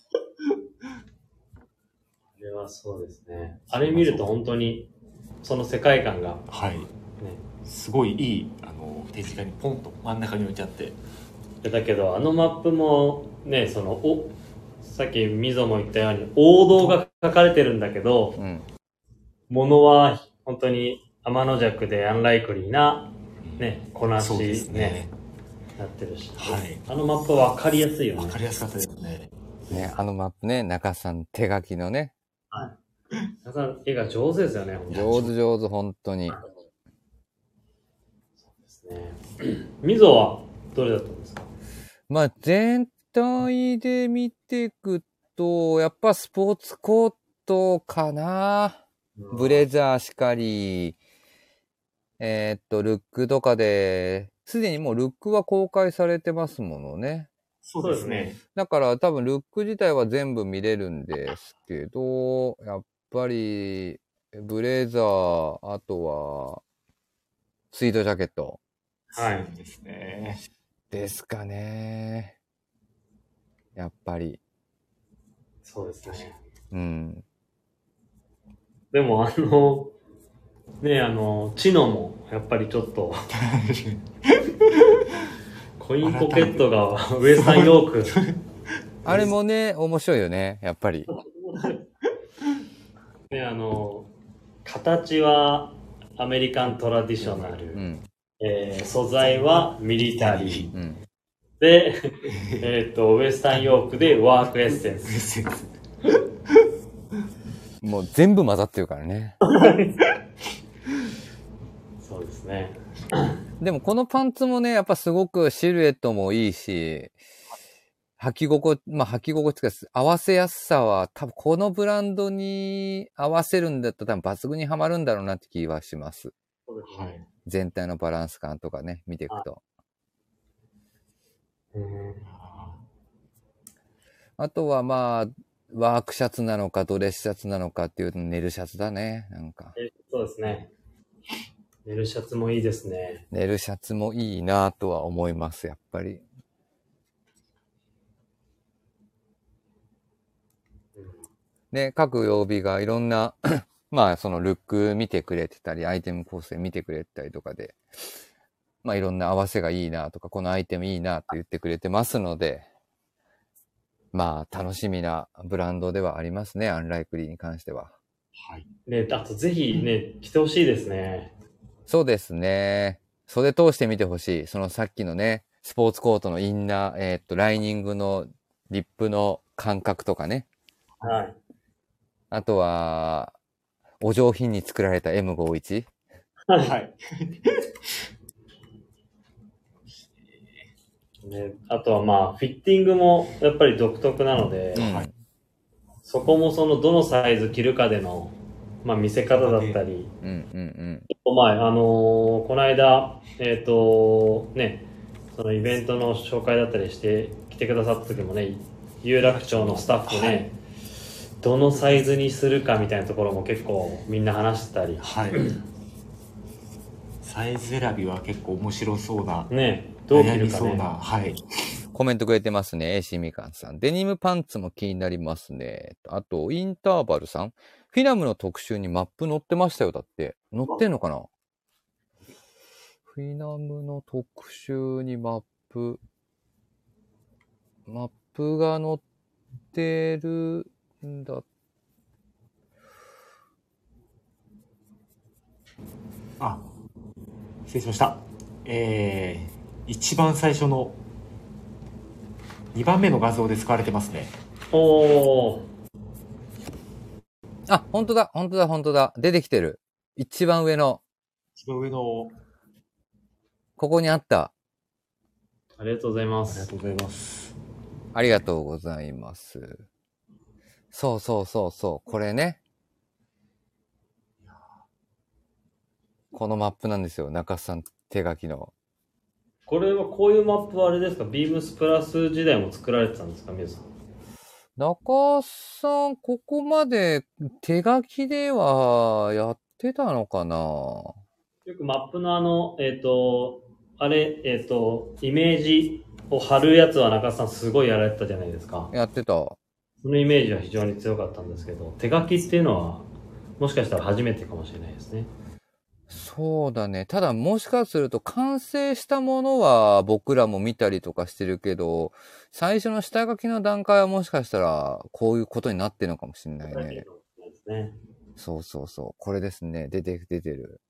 あれはそうですね。あれ見ると本当にその世界観が、 はい、ね、すごいいいあの展示会にポンと真ん中に置いてあって。 だけどあのマップもね、そのおさっきみぞも言ったように王道が書かれてるんだけど、うん、ものは本当に天の弱でアンライクリーな、ね、こなし、ね、ね、なってるし、はい、あのマップは分かりやすいよね。 分かりやすかったですね。 ね、あのマップね、中さん手書きのね。 はい。中さん絵が上手ですよね。 上手上手、本当に。 そうですね。みぞはどれだったんですか？ まあ、全体で見ていくと、やっぱスポーツコートかな。ブレザーしかり、えー、っと、ルックとかで、すでにもうルックは公開されてますものね。 そうですね。 だから多分ルック自体は全部見れるんですけど、やっぱり、ブレザー、あとは、ツイードジャケット。 はい。 ですね。 ですかね。やっぱり。 そうですね。 うん。 でもあの、ね、あの、チノもやっぱりちょっとコインポケットがウエスタンヨークあれもね、面白いよね、やっぱり。 ね、あの、形はアメリカントラディショナル。うん、えー、素材はミリタリー。うん、で、えっと、ウエスタンヨークでワークエッセンス。 もう全部混ざってるからね。 そうですね。 でもこのパンツもね、やっぱすごくシルエットもいいし、履き心地、まあ履き心地が合わせやすさは多分このブランドに合わせるんだったら多分抜群にはまるんだろうなって気はします。 そうですね。 全体のバランス感とかね、見ていくと。あとはまあ、ワークシャツなのかドレスシャツなのかっていうとネルシャツだね、なんか。 えそうですね。ネルシャツもいいですね。 ネルシャツもいいなとは思います、やっぱり。で、各曜日がいろんな、まあそのルック見てくれてたり、アイテム構成見てくれてたりとかで、まあいろんな合わせがいいなとか、このアイテムいいなって言ってくれてますので、まあ楽しみなブランドではありますね、アンライクリーに関しては。 はい。ね、あとぜひね、着てほしいですね。 そうですね。袖通してみてほしい。そのさっきのね、スポーツコートのインナー、えー、っと、ライニングのリップの感覚とかね。 はい。 あとは、お上品に作られた エムごじゅういち。 はい。 ね、あとはまあ、フィッティングもやっぱり独特なので、 うん、 そこもそのどのサイズ着るかでの、まあ、見せ方だったり、 うんうんうん前、あのーこの間、えっ、とね、そのイベントの紹介だったりして来てくださった時もね、有楽町のスタッフね、はい、どのサイズにするかみたいなところも結構みんな話してたり。 はい。サイズ選びは結構面白そうな。 ね、どう着るかね。 悩みそうな。はい。 コメントくれてますね。エーシー みかんさん。デニムパンツも気になりますね。あと、インターバルさん。フィナムの特集にマップ載ってましたよ。だって。載ってんのかな？フィナムの特集にマップ、マップが載ってるんだ。 あ、失礼しました。えー、一番最初のにばんめの画像で使われてますね。 おー。 あ、本当だ、本当だ、本当だ。出てきてる。一番上の。 一番上の。 ここにあった。 ありがとうございます。 ありがとうございます。 ありがとうございます。そうそうそうそう。これね。このマップなんですよ。中須さん手書きの。 これはこういうマップはあれですか？ビームスプラス時代も作られてたんですか、皆さん。 中須さん、ここまで手書きではやってたのかな？よくマップのあの、えっ、ー、と、あれ、えっ、ー、と、イメージを貼るやつは中須さんすごいやられてたじゃないですか。 やってた。そのイメージは非常に強かったんですけど、手書きっていうのは、もしかしたら初めてかもしれないですね。 そうだね。ただもしかすると完成したものは僕らも見たりとかしてるけど、最初の下書きの段階はもしかしたらこういうことになってるのかもしれないね。 ね、 そうそうそう。これですね。出て、出てる。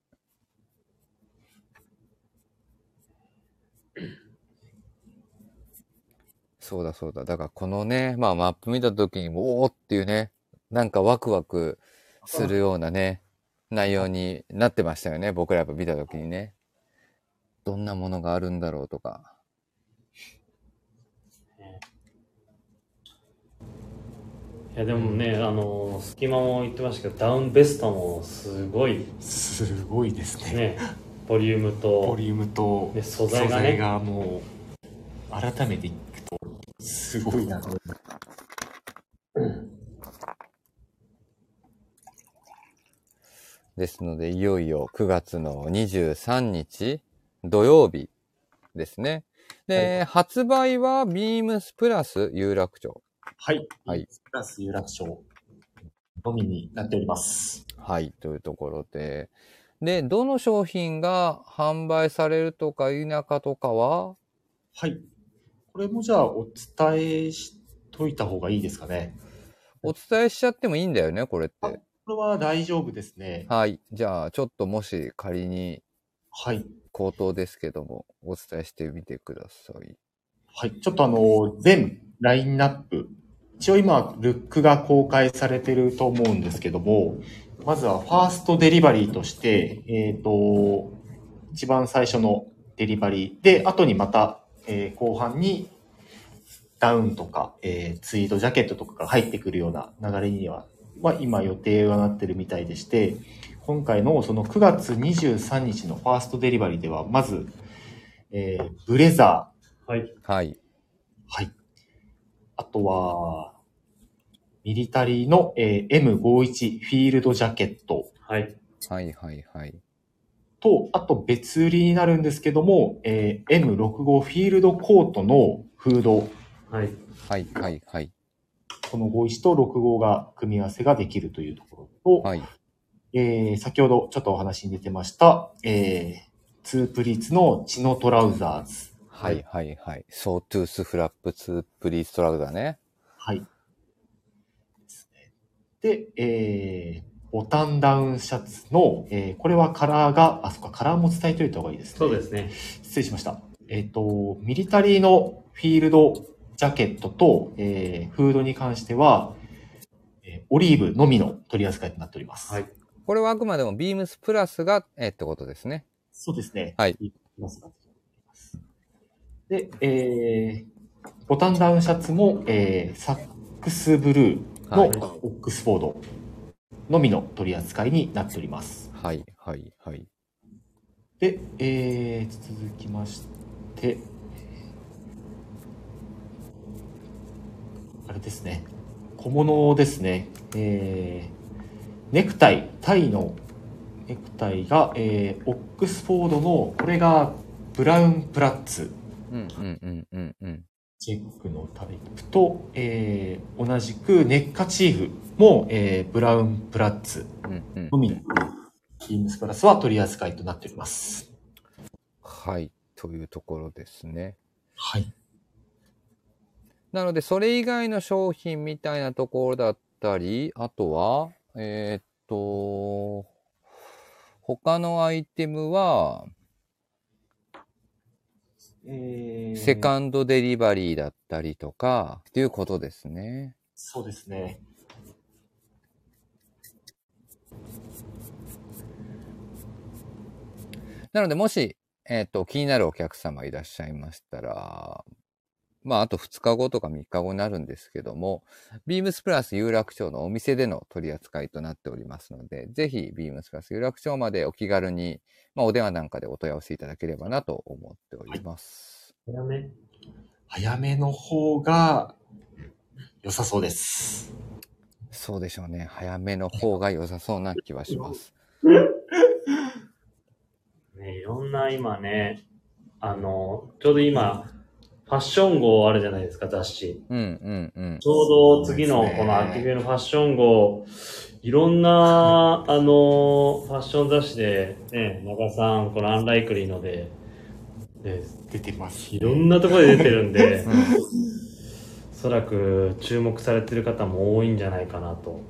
そうだそうだ。だからこのね、まあマップ見た時におーっていうね、なんかワクワクするようなね、内容になってましたよね。僕らやっぱ見た時にね。どんなものがあるんだろうとか。 いやでもね、あの、隙間も言ってましたけど、ダウンベストもすごい。 すごいですね。 ね、ボリュームと、 ボリュームと、 ね、素材がね。素材がもう、改めていくと、すごいなと思います。 ですので、いよいよくがつのにじゅうさんにち土曜日ですね。で、はい、発売はビームスプラス有楽町。 はい。はい。プラス有楽町のみになっております。 はい。というところで。で、どの商品が販売されるとか否かとかは？ はい。これもじゃあお伝えしといた方がいいですかね。 お伝えしちゃってもいいんだよね、これって。 これは大丈夫ですね。 はい。じゃあ、ちょっともし仮に、 はい。 口頭ですけども、お伝えしてみてください。 はい。ちょっとあの、全ラインナップ、一応今、ルックが公開されてると思うんですけども、まずはファーストデリバリーとして、えっと、一番最初のデリバリーで、後にまた、えー、後半にダウンとか、えー、ツイードジャケットとかが入ってくるような流れには、は今予定はなってるみたいでして、今回のそのくがつにじゅうさんにちのファーストデリバリーでは、まず、えー、ブレザー。はい。 はい。 はい。あとは、ミリタリーの、えー、エムごじゅういち フィールドジャケット。 はい。 はいはいはい。 と、あと別売りになるんですけども、えー、エムろくじゅうご フィールドコートのフード。 はい。 はいはいはい。 このごじゅういちとろくじゅうごが組み合わせができるというところと、 はい。 えー、先ほどちょっとお話に出てました、えー、ツープリーツのチノトラウザーズ。 はいはいはい。ソートゥースフラップツープリーツトラウザーね。 はい。で、えー、ボタンダウンシャツの、えー、これはカラーが、あ、そっか、カラーも伝えておいた方がいいですね。 そうですね。 失礼しました。えっと、ミリタリーのフィールドジャケットと、えー、フードに関しては、えー、オリーブのみの取り扱いとなっております。 はい。これはあくまでもビームスプラスが、えー、ってことですね。 そうですね。 はい。 で、えー、ボタンダウンシャツも、えー、サックスブルーのオックスフォードのみの取り扱いになっております。 はい、はい、はい。 で、えー、続きまして、あれですね、小物ですね、えー、ネクタイ、タイのネクタイが、えー、オックスフォードの、これがブラウンプラッツ。 うんうんうんうんうん。 チェックのタイプと、えー、同じくネッカチーフも、えー、ブラウンプラッツのみのビームスプラスは取り扱いとなっております。 はい、というところですね。 はい。 なので、それ以外の商品みたいなところだったり、あとは、えー、っと、他のアイテムは、えー、セカンドデリバリーだったりとか、っていうことですね。 そうですね。 なので、もし、えっと、気になるお客様いらっしゃいましたら、まあ、あとふつかごとかみっかごになるんですけども、ビームスプラス有楽町のお店での取り扱いとなっておりますので、ぜひビームスプラス有楽町までお気軽に、まあ、お電話なんかでお問い合わせいただければなと思っております。 はい、早め早めの方が良さそうです。 そうでしょうね。早めの方が良さそうな気はします。 ね、いろんな今ね、あの、ちょうど今、ファッション号あるじゃないですか、雑誌。 うんうんうん。 ちょうど次のこの秋冬のファッション号、いろんな、あの、ファッション雑誌で、ね、中さん、このアンライクリーので、で出てます、 ね。いろんなところで出てるんで、うん、おそらく注目されてる方も多いんじゃないかなと。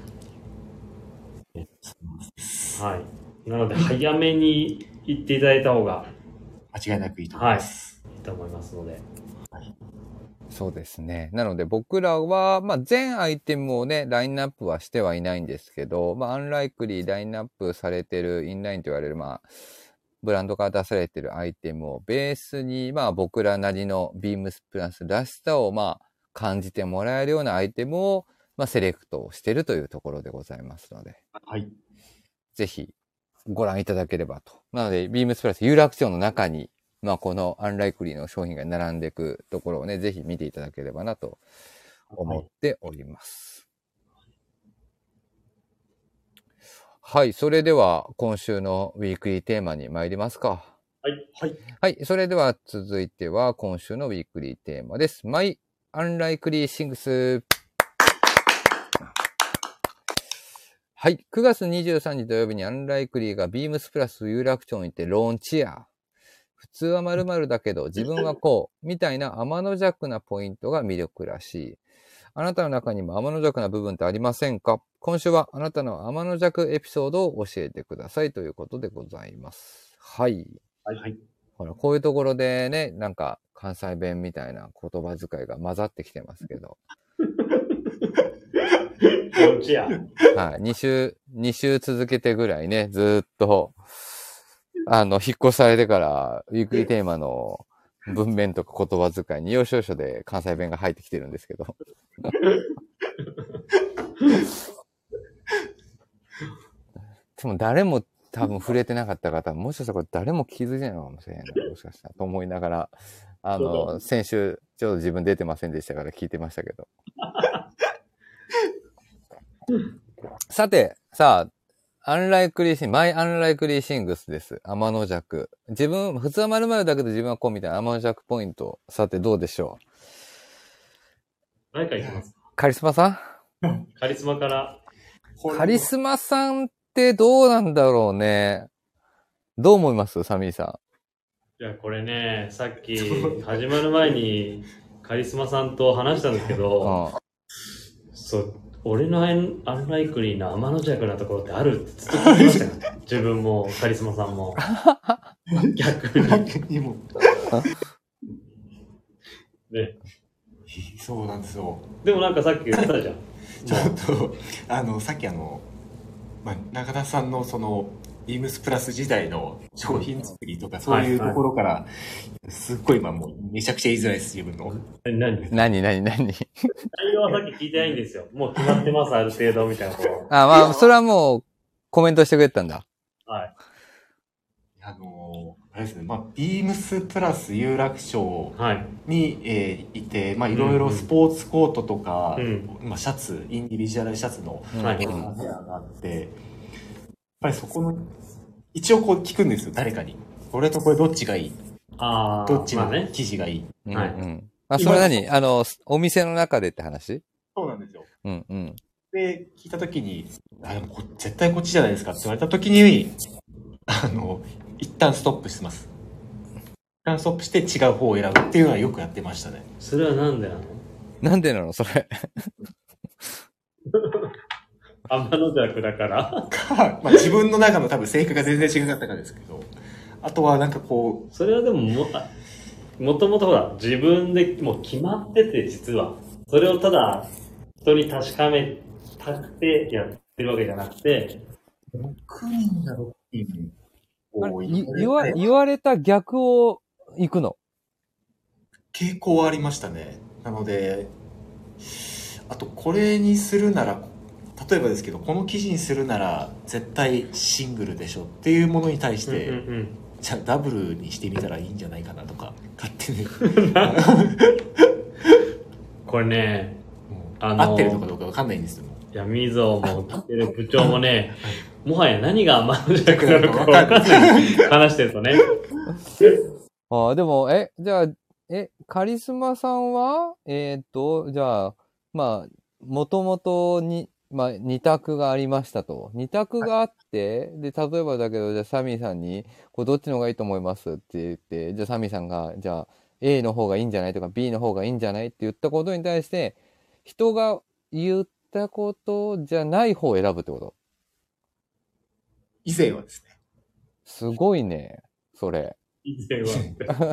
はい。なので、早めに行っていただいた方が、 間違いなくいいと思います。 はい。いいと思いますので。 はい、そうですね。なので僕らは、まあ、全アイテムをね、ラインナップはしてはいないんですけど、まあ、アンライクリーラインナップされてる、インラインと言われる、まあ、ブランドから出されてるアイテムをベースに、まあ、僕らなりのビームスプラスらしさを、まあ、感じてもらえるようなアイテムを、まあ、セレクトをしているというところでございますので、 はい。 ぜひご覧いただければと。なので、ビームスプラス有楽町の中に、まあ、このアンライクリーの商品が並んでいくところをね、ぜひ見ていただければなと思っております。はい、はい、それでは今週のウィークリーテーマに参りますか。 はい。 はい。 はい、それでは続いては今週のウィークリーテーマです。My Unlikely Things。はい。くがつにじゅうさんにち土曜日にアンライクリーがビームスプラス有楽町にてローンチや。普通は〇〇だけど自分はこう、みたいな天の弱なポイントが魅力らしい。あなたの中にも天の弱な部分ってありませんか？今週はあなたの天の弱エピソードを教えてくださいということでございます。はい。 はいはい。 ほら、こういうところでね、なんか関西弁みたいな言葉遣いが混ざってきてますけど。 どっちや。 はい。に週、に週続けてぐらいね、ずーっと、あの、引っ越されてから、ウィークリーテーマの文面とか言葉遣いに要所要所で関西弁が入ってきてるんですけど。でも誰も多分触れてなかった方、もしかしたらこれ誰も気づいてないのかもしれないな、もしかしたらと思いながら、あの、先週、ちょうど自分出てませんでしたから聞いてましたけど。さて、さあ、アンライクリーシング、マイアンライクリーシングスです。天の弱。自分、普通は〇〇だけど自分はこうみたいな天の弱ポイント。さて、どうでしょう？ 誰からいきますか？ カリスマさんカリスマから。 カリスマさんってどうなんだろうね。どう思いますサミーさん。いや、これね、さっき始まる前にカリスマさんと話したんですけど、うん、そう、俺のアンライクリーな天の弱なところってあるってずっと聞きましたよね。自分もカリスマさんも。逆に。逆にも。ね。 そうなんですよ。 でもなんかさっき言ってたじゃん。 ちょっと、あの、さっきあの、まあ、中田さんのその、 ビームスプラス時代の商品作りとかそういうところから、すっごい今もうめちゃくちゃ言いづらいです、自分の。 何何何何内容はさっき聞いてないんですよ。もう決まってます、ある程度みたいなこと。 あ、まあ、それはもうコメントしてくれたんだ。 はい。 あのー、あれですね、まあ、ビームスプラス有楽町に、はい、えー、いて、まあ、いろいろスポーツコートとか、うん、まあ、シャツ、インディビジュアルシャツのフェアがあって、やっぱりそこの、一応こう聞くんですよ、誰かに。これとこれどっちがいい？あどっちの生地がいい？ まあね、はい。うんうん。あ、それ何あの、お店の中でって話？ そうなんですよ。 うんうん。 で、聞いたときに、あ、でもこ絶対こっちじゃないですかって言われたときに、あの、一旦ストップしてます。一旦ストップして違う方を選ぶっていうのはよくやってましたね。 それはなんでなの？ なんでなのそれ。 天の弱だからか、まあ、自分の中の多分性格が全然違かったからですけど、あとはなんかこう。それはでもも、もともとほら、自分でもう決まってて実は。それをただ人に確かめたくてやってるわけじゃなくて。 ろくにんがろくにん。 言わ、言われた逆を行くの？ 傾向はありましたね。なので、あとこれにするなら、例えばですけど、この記事にするなら絶対シングルでしょっていうものに対して、うんうんうん、じゃあダブルにしてみたらいいんじゃないかなとか、勝手に。 これね、 あのー、合ってるのかどうかわかんないんですよ。 いや、みぞも部長もね、もはや何が天の弱なのか分かんない。話してるとね。 ああ、でも、え、じゃあ、え、カリスマさんは、えー、っと、じゃあ、まあ、もともとに、まあ、二択がありましたと。二択があって、で、例えばだけど、じゃあ、サミーさんに、これどっちの方がいいと思いますって言って、じゃあ、サミーさんが、じゃあ、A の方がいいんじゃないとか、B の方がいいんじゃないって言ったことに対して、人が言ったことじゃない方を選ぶってこと？ 以前はですね。 すごいね、それ。 以前は。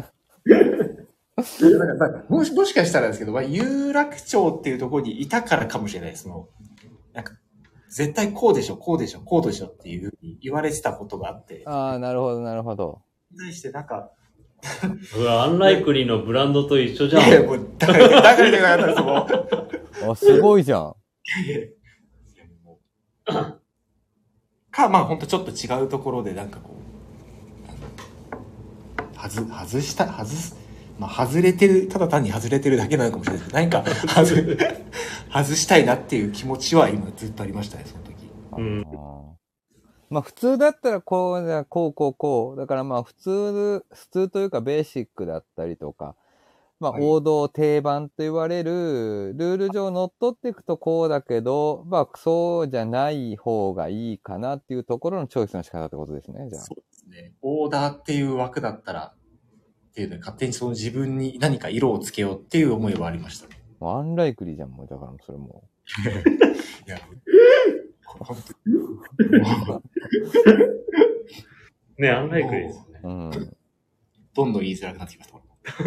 もし、もしかしたらですけど、まあ、有楽町っていうところにいたからかもしれないです。その、なんか、絶対こうでしょ、こうでしょ、こうでしょっていうふうに言われてたことがあって。 ああ、なるほど、なるほど。 対してなんか、 うわ、アンライクリーのブランドと一緒じゃん。 いや、もう、だから、だからでかかったです、もう。あ、すごいじゃん。 か、まあ、ほんとちょっと違うところで、なんかこう、はず、外した、外す、まあ、外れてる、ただ単に外れてるだけなのかもしれないですけど、何か外、外したいなっていう気持ちは今ずっとありましたね、その時。 うん。まあ普通だったらこう、こう、こう、こう。だからまあ普通、普通というかベーシックだったりとか、まあ王道定番と言われる、ルール上乗っ取っていくとこうだけど、まあそうじゃない方がいいかなっていうところのチョイスの仕方ってことですね、じゃあ。 そうですね。オーダーっていう枠だったら、っていうので勝手にその自分に何か色をつけようっていう思いはありました。 もうアンライクリーじゃん、もう。だからそれもう。いや、 本当に。 ね、アンライクリーですね。 うん。どんどん言いづらくなってきました。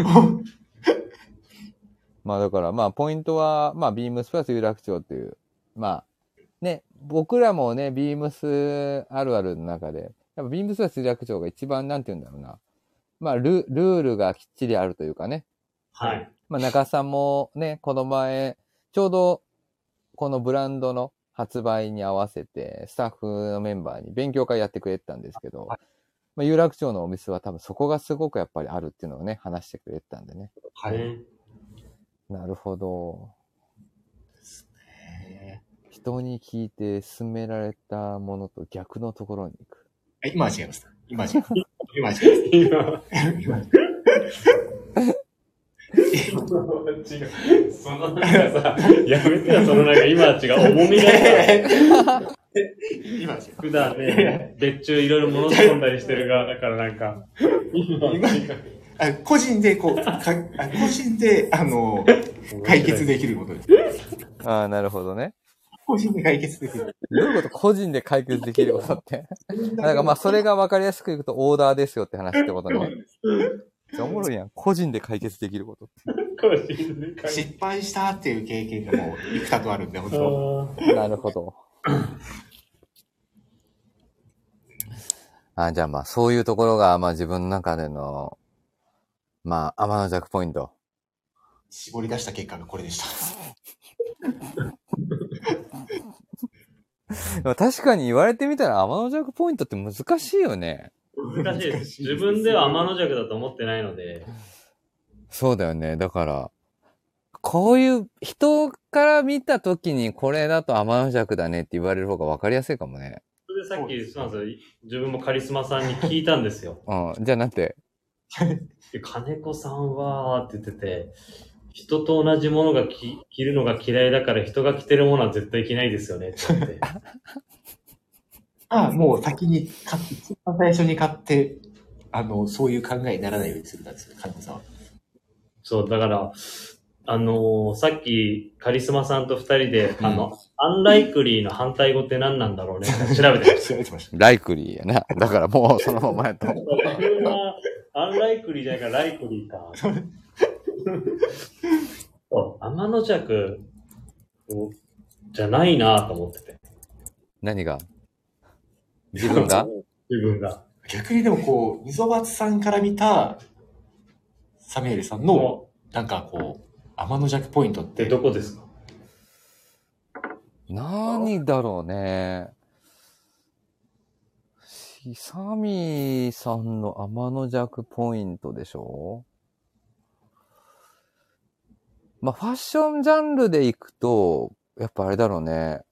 まあだからまあポイントは、まあビームスプラス有楽町っていう、まあね、僕らもね、ビームスあるあるの中で、やっぱビームスプラス有楽町が一番なんて言うんだろうな。まあル、ルールがきっちりあるというかね。 はい。 まあ中さんもね、この前、ちょうどこのブランドの発売に合わせて、スタッフのメンバーに勉強会やってくれてたんですけど、まあ、有楽町のお店は多分そこがすごくやっぱりあるっていうのをね、話してくれてたんでね。 はい。 なるほど。ですね。人に聞いて勧められたものと逆のところに行く。 今は違います。今は違います。今は違います。今は違います。 違う。そのなんかさ、やめてよ、そのなんか今は違う。重みがさ、今は違う。普段ね、別注いろいろ物仕込んだりしてる側だからなんか、今は違う。 あ個人でこう、かあ個人で、あの、解決できることです。 ああ、なるほどね。 個人で解決できる。 どういうこと個人で解決できることって。なんかまあそれが分かりやすく言うとオーダーですよって話ってことね。おもろいやん。個人で解決できることって。 失敗したっていう経験がもういくたとあるんで、本当。 なるほど。 あ、じゃあまあそういうところが、まあ自分の中での、まあ天の弱ポイント。 絞り出した結果がこれでした。 確かに言われてみたら天の弱ポイントって難しいよね。 難しいです。自分では天の弱だと思ってないので。 そうだよね。だから、こういう人から見たときにこれだと天の弱だねって言われる方が分かりやすいかもね。 それでさっき、そうなんですよ。自分もカリスマさんに聞いたんですよ。 うん。じゃあなんて金子さんは、って言ってて、人と同じものが着着るのが嫌いだから人が着てるものは絶対着ないですよねって言って。 ああ、もう先に買って、一番最初に買って、あの、そういう考えにならないようにするんですよ、金子さんは。 そう、だから、あのー、さっきカリスマさんと二人で、うん、あの、アンライクリーの反対語って何なんだろうねって調べてました。調べてました。 ライクリーやな。だからもうそのままやと。 アンライクリーじゃないからライクリーか。そう、天の弱じゃないなと思ってて。 何が自分が自分が。 逆にでもこう、溝端さんから見た、サミュエルさんの、なんかこう、天の弱ポイントって。 どこですか？ 何だろうね。サミーさんの天の弱ポイントでしょ？まあ、ファッションジャンルでいくと、やっぱあれだろうね。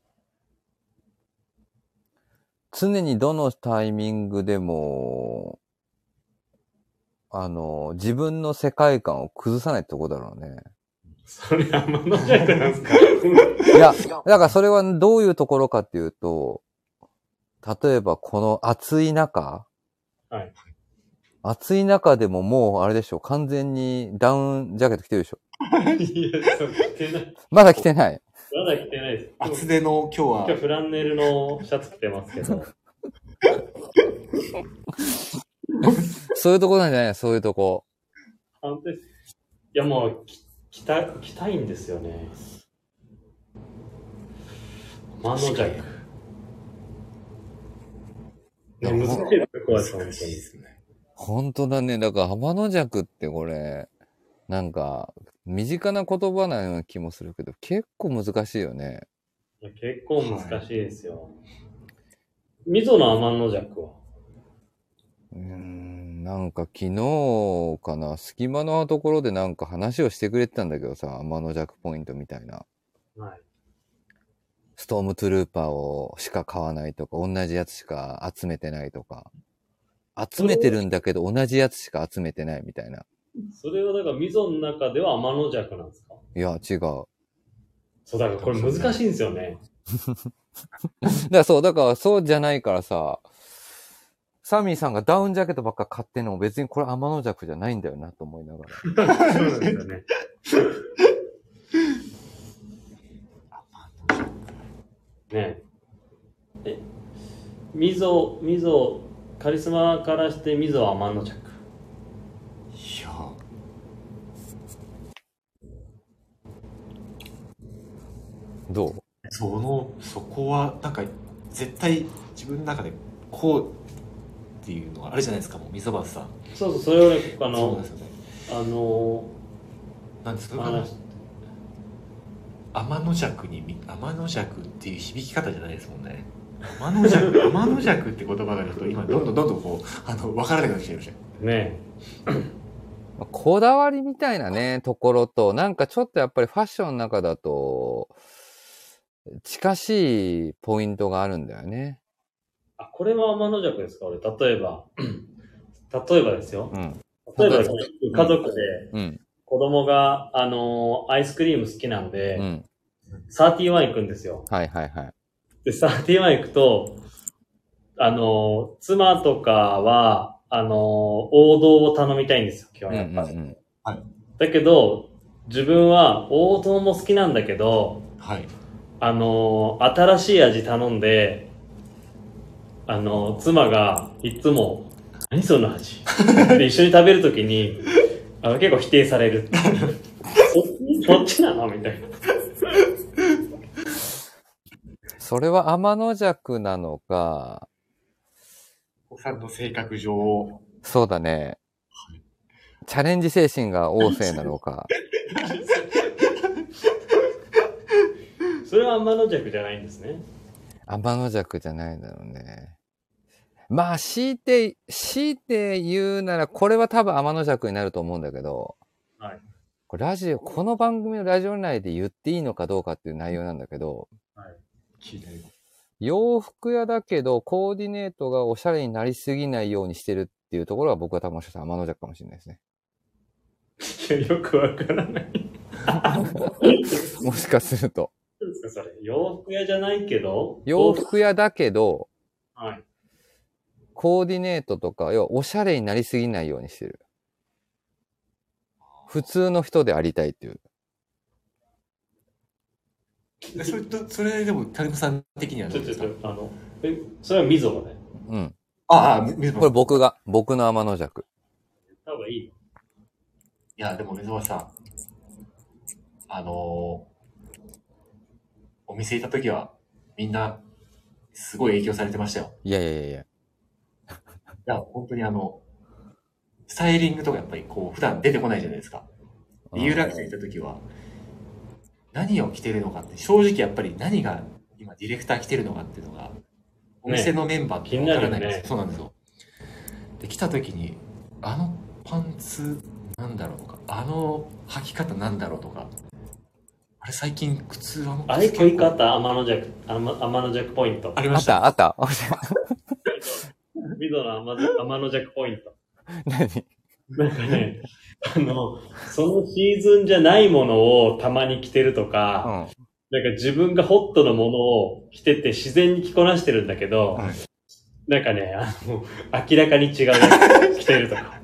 常にどのタイミングでも、あの、自分の世界観を崩さないってとこだろうね。 それ天の弱なんですか？ いや、だからそれはどういうところかっていうと、例えばこの暑い中、 はい。 暑い中でももうあれでしょ、完全にダウンジャケット着てるでしょ。 いや、そう、着てない。 まだ着てない。 まだ着てないです。 厚手の今日は。 今日フランネルのシャツ着てますけど。 そういうとこなんじゃない？そういうとこ。 本当です。いや、もう、着た、着たいんですよね。天の弱。ね、難しいですね、こうやって本当に。 本当だね。だから天の弱ってこれ、なんか、身近な言葉なような気もするけど、結構難しいよね。 いや、結構難しいですよ。溝の天の弱はうーん、なんか昨日かな、隙間のところでなんか話をしてくれてたんだけどさ、天の弱ポイントみたいな。 はい。 ストームトゥルーパーをしか買わないとか、同じやつしか集めてないとか。集めてるんだけど同じやつしか集めてないみたいな。 それはだから溝の中では天の弱なんですか？ いや、違う。 そう、だからこれ難しいんですよね。 だからそう、だからそうじゃないからさ、サミーさんがダウンジャケットばっか買ってんのも別にこれ天の弱じゃないんだよなと思いながら。 そうなんですよね。ねえ。え、溝、溝、カリスマからして溝は天の弱。 いや。 どう？ その、そこは、なんか、絶対自分の中でこうっていうのがあるじゃないですか、もう溝端さん。 そうそう、それをね、あの、 そうですよね。 あの、 なんですか、天の弱に、天の弱っていう響き方じゃないですもんね。天の弱、天の弱って言葉がちょっと今どんどんどんどんこう、あの、分からなくなってきちゃいました。 ねえ。こだわりみたいなね、ところと、なんかちょっとやっぱりファッションの中だと、近しいポイントがあるんだよね。 あ、これは天の弱ですか？俺、例えば、例えばですよ。うん、例えば、家族で、子供が、あのー、アイスクリーム好きなんで、うん、サーティワン行くんですよ。 はいはいはい。 で、サーティワン行くと、あのー、妻とかは、あのー、王道を頼みたいんですよ、今日はやっぱり。うんうんうん、はい。だけど、自分は王道も好きなんだけど、はい。あのー、新しい味頼んで、あのー、妻がいつも、何その味で一緒に食べるときに、あの結構否定される。そ, そっちなのみたいな。 それは天の弱なのか、 お子さんの性格上。 そうだね。チャレンジ精神が旺盛なのか。 それは天の弱じゃないんですね。 天の弱じゃないだろうね。まあ、強いて、強いて言うなら、これは多分天の弱になると思うんだけど、 はい。 これラジオ、この番組のラジオ内で言っていいのかどうかっていう内容なんだけど、 はい。 洋服屋だけど、コーディネートがおしゃれになりすぎないようにしてるっていうところは僕は多分もしかしたら天の弱かもしれないですね。 いや、よくわからない。 もしかすると。 何ですか、それ。洋服屋じゃないけど洋服屋だけど、 はい。 コーディネートとか、要はおしゃれになりすぎないようにしてる。普通の人でありたいっていう。 それと、それでも、タレコさん的にはどうですか？ ちょちょちょ、あの、え、それは溝がね。 うん。 ああ、水これ僕が、僕の天の弱。 言った方がいいの？ いや、でも水場さん、あのー、お店行った時は、みんな、すごい影響されてましたよ。 いやいやいやいや。 いや、本当にあの、スタイリングとかやっぱりこう、普段出てこないじゃないですか。有楽町行った時は、何を着てるのかって、正直やっぱり何が今ディレクター着てるのかっていうのが、お店のメンバーってわからないんです、ね、そうなんですよ。で、来た時に、あのパンツなんだろうとか、あの履き方なんだろうとか、あれ最近靴はあれ問い方、天の弱、天の弱ポイント。 ありました。 あった、あった。 ミドの天の弱ポイント。 何？ なんかね、あの、そのシーズンじゃないものをたまに着てるとか、うん、なんか自分がホットのものを着てて自然に着こなしてるんだけど、はい、なんかね、あの、明らかに違うやつ着てるとか。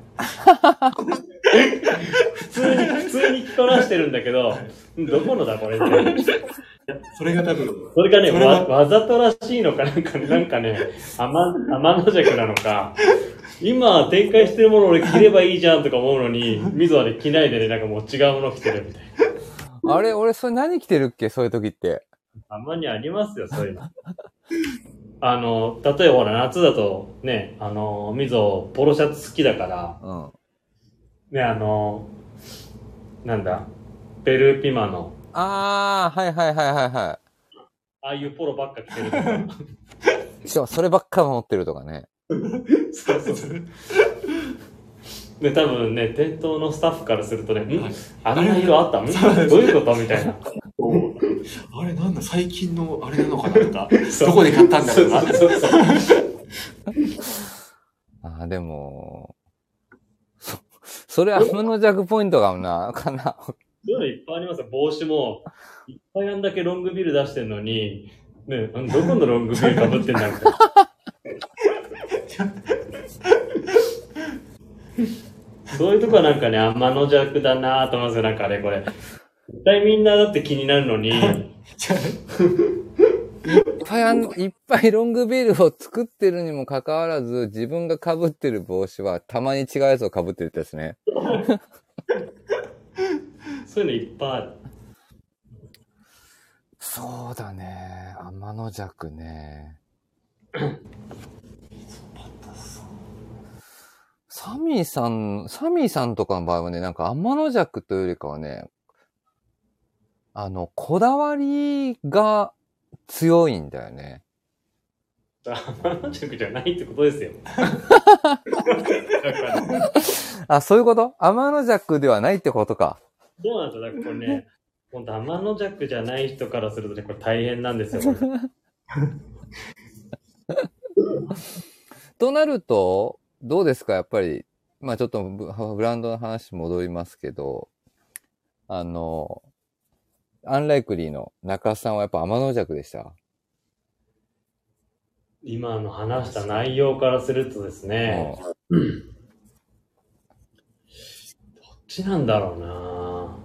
普通に、普通に着こなしてるんだけど、どこのだこれって。 それが多分。 それがね、わ、わざとらしいのかなんか、なんかね、天、天の弱なのか、今展開してるものを俺着ればいいじゃんとか思うのに、水はね、着ないでね、なんかもう違うもの着てるみたいな。あれ、俺それ何着てるっけ？そういう時って。 たまにありますよ、そういうの。あの、例えばほら、夏だとね、あの、水はポロシャツ好きだから、うん、ね、あの、なんだ、ベルピマの。 あー、はいはいはいはいはい。 ああいうポロばっか着てるとか。 しかもそればっか持ってるとかね。 そうそうそう。で、多分ね、店頭のスタッフからするとね、ん、はい、あんな色あったんどういうことみたいな。 あれなんだ、最近のあれなのかなとか、どこで買ったんだろうな。そうそうそうああ、でも、そ、それ天の弱ポイントかもな、かな。 そういうのいっぱいありますよ。帽子も、いっぱいあんだけロングビル出してんのに、ね、どこのロングビル被ってんだみたいな。そういうとこはなんかね、天の弱だなぁと思いますよ。なんかね、これ。絶対みんなだって気になるのに。いっぱいあん、いっぱいロングビールを作ってるにもかかわらず、自分が被ってる帽子はたまに違うやつを被ってるってやつね。 そういうのいっぱいある。 そうだね。天の弱ね。サミーさん、サミーさんとかの場合はね、なんか天の弱というよりかはね、あの、こだわりが強いんだよね。 天の弱じゃないってことですよ。 あ、そういうこと？天の弱ではないってことか。 そうなんですよ。だからこれね、ほんと天の弱じゃない人からするとね、これ大変なんですよ。 となると、どうですかやっぱり、まあちょっとブランドの話戻りますけど、あの、アンライクリーの中さんはやっぱ天の弱でした？ 今の話した内容からするとですね、うん、どっちなんだろうな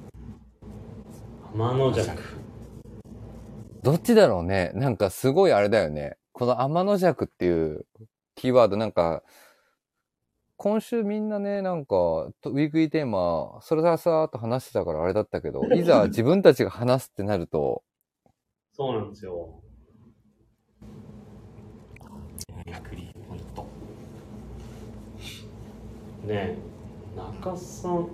天の弱。 どっちだろうね。なんかすごいあれだよね。この天の弱っていうキーワードなんか、今週みんなね、なんか、ウィークリーテーマ、それささーっと話してたからあれだったけど、いざ自分たちが話すってなると。 そうなんですよ。 ね、中さん、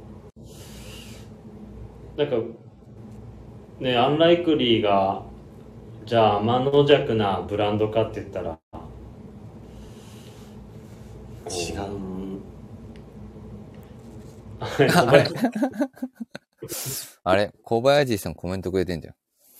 なんか、ね、アンライクリーが、じゃあ、天の弱なブランドかって言ったら、 違う。 あれあれ小林さんコメントくれてんじゃん。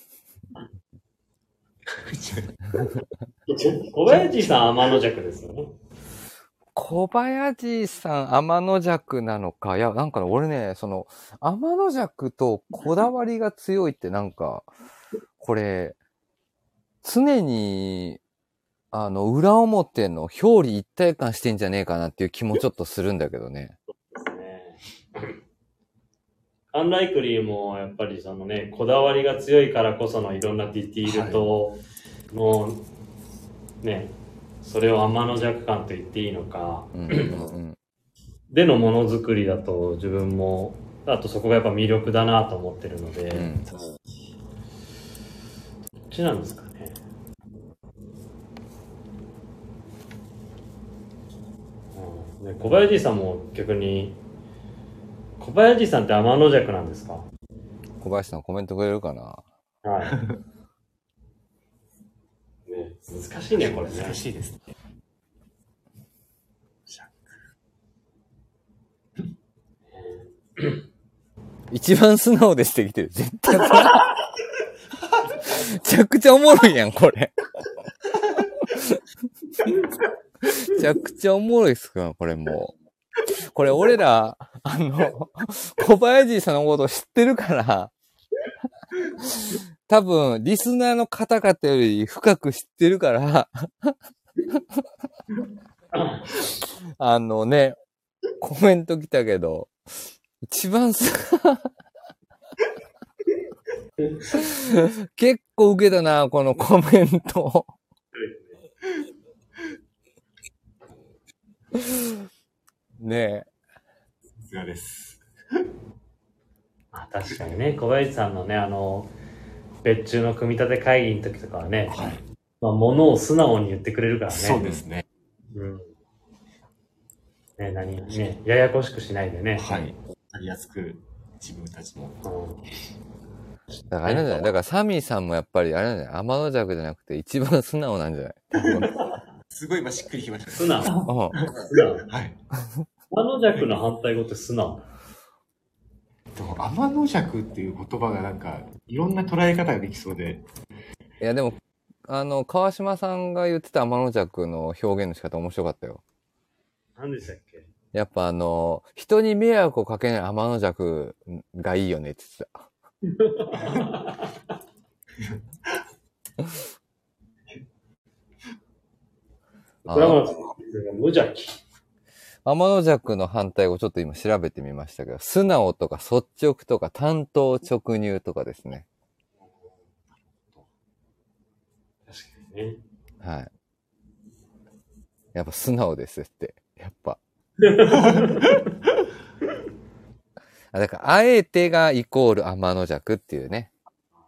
小林さん天の弱ですよね。 小林さん天の弱なのか。いや、なんかね、俺ね、その、天の弱とこだわりが強いってなんか、これ、常に、あの、裏表の表裏一体感してんじゃねえかなっていう気もちょっとするんだけどね。 アンライクリーもやっぱりそのね、こだわりが強いからこそのいろんなディティールと、もうね、それを天の弱感と言っていいのか、うんうんうん、でのものづくりだと自分も、あとそこがやっぱ魅力だなと思ってるので、うん、どっちなんですかね。うん、ね、小林さんも逆に、小林さんって天の弱なんですか？ 小林さんコメントくれるかな？ はい。ね、難しいね、これね。 難しいですね。 一番素直でしてきてる。絶対。めちゃくちゃおもろいやん、これ。めちゃくちゃおもろいっすか、これもう。これ俺ら、あの、小林さんのこと知ってるから、多分、リスナーの方々より深く知ってるから、あのね、コメント来たけど、一番す、結構受けたな、このコメント。ねえ。 さすがです。 あ、確かにね、小林さんのね、あの、別注の組み立て会議の時とかはね、はい、まあ、物を素直に言ってくれるからね。 そうですね。 うん。ね、何ね、ややこしくしないでね。 はい。わかりやすく、自分たちも。うん、 だからあれなんじゃない？だからサミーさんもやっぱりあれなんじゃない？天の弱じゃなくて一番素直なんじゃない？ すごい今しっくりきました。 素直。素直。 はい。 天の弱の反対語って素直。 天の弱っていう言葉がなんかいろんな捉え方ができそうで。 いやでもあの川島さんが言ってた天の弱の表現の仕方面白かったよ。 何でしたっけ？ やっぱあの人に迷惑をかけない天の弱がいいよねって言ってた。 これは無邪気。 天の弱の反対をちょっと今調べてみましたけど、素直とか率直とか単刀直入とかですね。 確かにね。 はい。やっぱ素直ですって。やっぱ。あ、だから、あえてがイコール天の弱っていうね。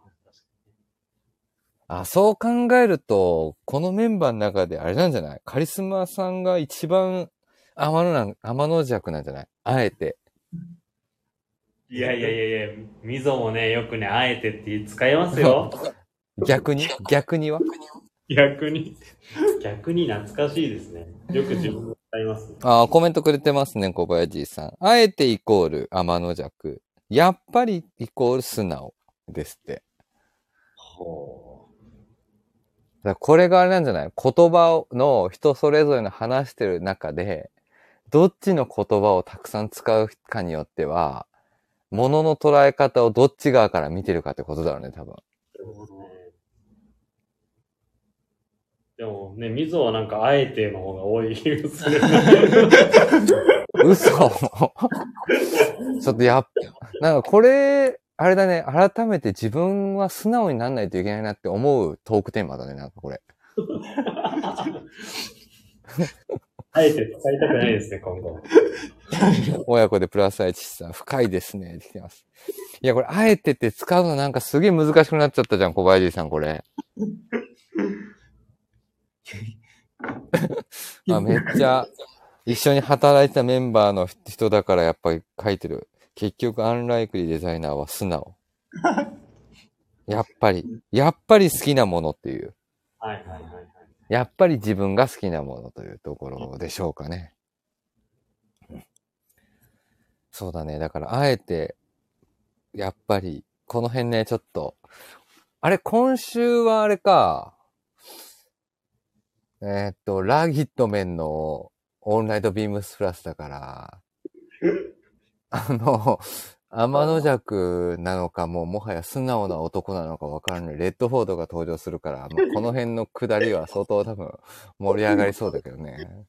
あ、そう考えると、このメンバーの中であれなんじゃない？カリスマさんが一番天のな、天の弱なんじゃない？あえて。 いやいやいやいや、みぞもね、よくね、あえてって使いますよ。 逆に逆には逆に。逆に懐かしいですね。よく自分も使います、ね。 ああ、コメントくれてますね、小林さん。あえてイコール天の弱。やっぱりイコール素直ですって。ほう。だからこれがあれなんじゃない？言葉の人それぞれの話してる中で、どっちの言葉をたくさん使うかによっては、物の捉え方をどっち側から見てるかってことだろうね、多分。 でもね、みぞはなんかあえての方が多い気がする。 嘘ちょっとやっ、なんかこれ、あれだね、改めて自分は素直にならないといけないなって思うトークテーマだね、なんかこれ。 あえて使いたくないですね、今後。 親子でプラス愛知さん、深いですね、ってきてます。いや、これ、あえてって使うのなんかすげえ難しくなっちゃったじゃん、小林さん、これ。あ、めっちゃ、 一緒に働いたメンバーの人だからやっぱり書いてる。結局アンライクリーデザイナーは素直。やっぱり、やっぱり好きなものっていう。 はいはいはいはい。 やっぱり自分が好きなものというところでしょうかね。そうだね。だからあえて、やっぱり、この辺ね、ちょっと、あれ、今週はあれか、えー、っと、ラギットメンのオールナイトビームスプラスだから、あの、天の弱なのかもうもはや素直な男なのかわからない。レッドフォードが登場するから、まあ、この辺の下りは相当多分盛り上がりそうだけどね。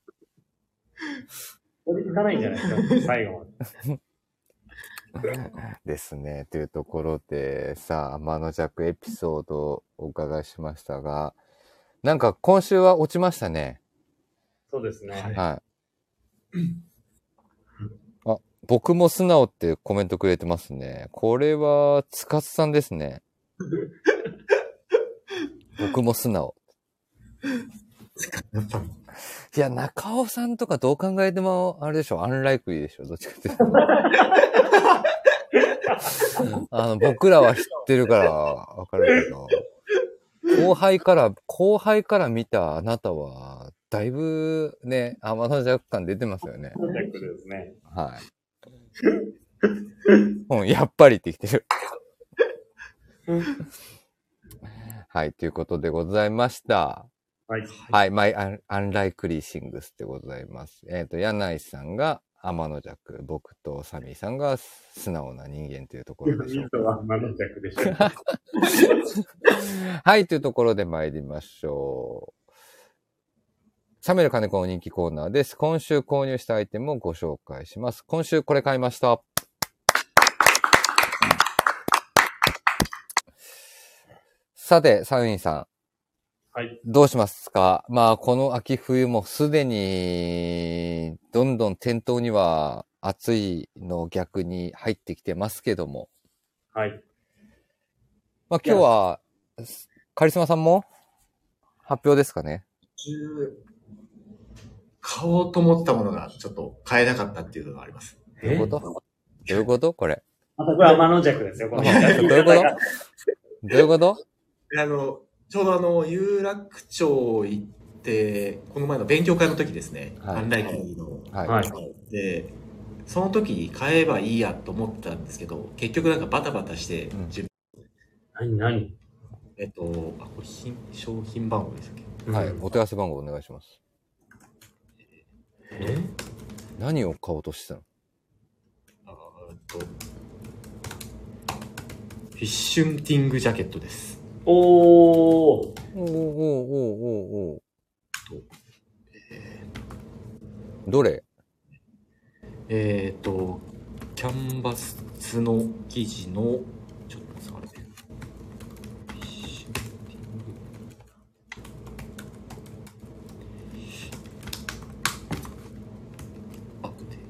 取りつかないんじゃないですか、最後まで。 ですね。というところで、さあ、天の弱エピソードをお伺いしましたが、なんか今週は落ちましたね。 そうですね。 はい。あ、僕も素直ってコメントくれてますね。これは、つかつさんですね。僕も素直。いや、中尾さんとかどう考えても、あれでしょ、アンライクリーでしょ、どっちかっていうと。あの、僕らは知ってるからわかるけど、後輩から、後輩から見たあなたは、だいぶね、天の弱感出てますよね。 天の弱ですね。 はい。うん、やっぱりってきてる。はい、ということでございました。 はい。 はい、マイアンアンライクリーシングスでございます。えっと、柳井さんが天の弱、僕とサミーさんが素直な人間というところでしょうか。 は天の弱でしょう。 はい、というところで参りましょう。サメル金子の人気コーナーです。今週購入したアイテムをご紹介します。今週これ買いました。さて、サウインさん。 はい。 どうしますか？まあ、この秋冬もすでに、どんどん店頭には暑いの逆に入ってきてますけども。 はい。 まあ、今日は、カリスマさんも発表ですかね？ 買おうと思ったものがちょっと買えなかったっていうのがあります。 どういうこと？どういうことこれ。 またこれ天の弱ですよ、このどういうことどういうことあの、ちょうどあの、有楽町行って、この前の勉強会の時ですね、 はい、 アンライクリーの。 はい。 で、その時に買えばいいやと思ったんですけど、結局なんかバタバタして、うん、 何何えっと、あ、これ品、商品番号ですっけ？ はい、お問い合わせ番号お願いします。 え？ 何を買おうとしてたの？ あーっと、フィッシュンティングジャケットです。 おー。おーおーおーおーおーおー。えー、どれ？ えっと、キャンバスの生地の、ちょっと触れてる。フィッシュンティング。あ、で、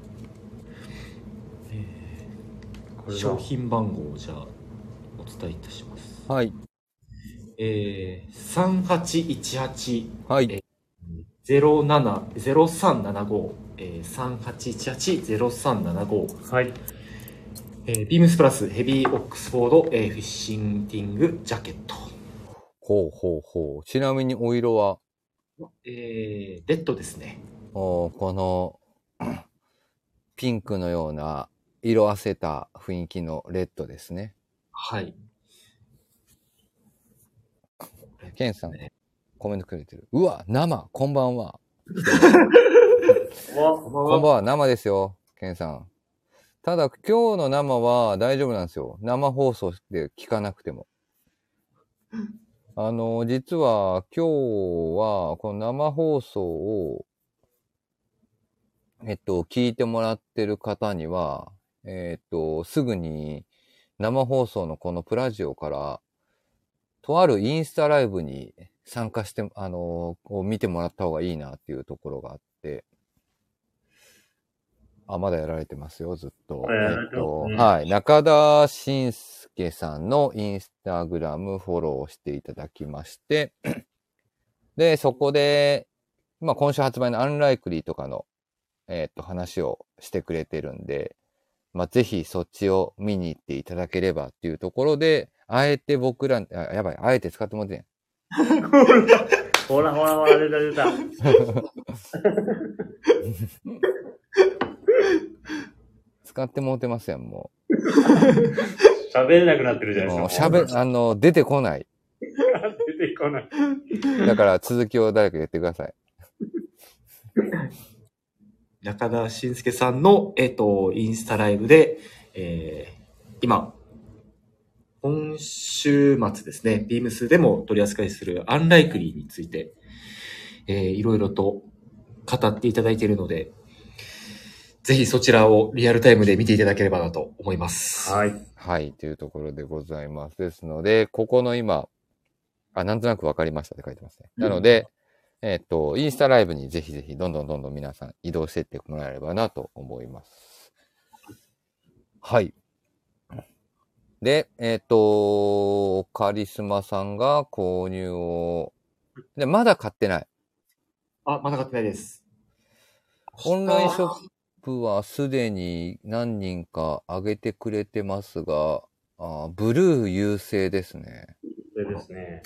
えー、商品番号をじゃあ、お伝えいたします。 はい。 えー、さんはちいちはち、 はい。 えー、ゼロなな、ゼロさんななご、えー、さんはちいちはち、ゼロさんななご。 はい。 えー、ビームスプラスヘビーオックスフォード、えー、フィッシンティングジャケット。 ほうほうほう。ちなみにお色は？ えー、レッドですね。 おこの、ピンクのような色あせた雰囲気のレッドですね。 はい。 ケンさん、コメントくれてる。うわ、生、こんばんは。こんばんは、生ですよ、ケンさん。ただ、今日の生は大丈夫なんですよ。生放送で聞かなくても。あの、実は今日は、この生放送を、えっと、聞いてもらってる方には、えっと、すぐに生放送のこのプラジオから、とあるインスタライブに参加して、あの、こう見てもらった方がいいなっていうところがあって、あ、まだやられてますよ、ずっと。えっと、はい。中田信介さんのインスタグラムフォローしていただきまして、で、そこで、まあ今週発売のアンライクリーとかの、 えっと、話をしてくれてるんで、まあ、ぜひそっちを見に行っていただければっていうところで、あえて僕ら、あやばい、あえて使ってもらってん。 ほらほらほら、出た出た。 使ってもうてますやん、もう。 喋れなくなってるじゃないですか。 喋、あの、出てこない。 出てこない。 だから続きを誰か言ってください。 中田信介さんの、えっと、インスタライブで、えー、今、今週末ですね、ビームスでも取り扱いするアンライクリーについて、えー、いろいろと語っていただいているので、ぜひそちらをリアルタイムで見ていただければなと思います。 はい。 はい、というところでございます。ですので、ここの今、あ、なんとなくわかりましたって書いてますね。なので、えっと、インスタライブにぜひぜひどんどんどんどん皆さん移動していってもらえればなと思います。はい。で、えっと、カリスマさんが購入を、で、まだ買ってない。 あ、まだ買ってないです。 オンラインショップはすでに何人か上げてくれてますが、あブルー優勢ですね。 それですね。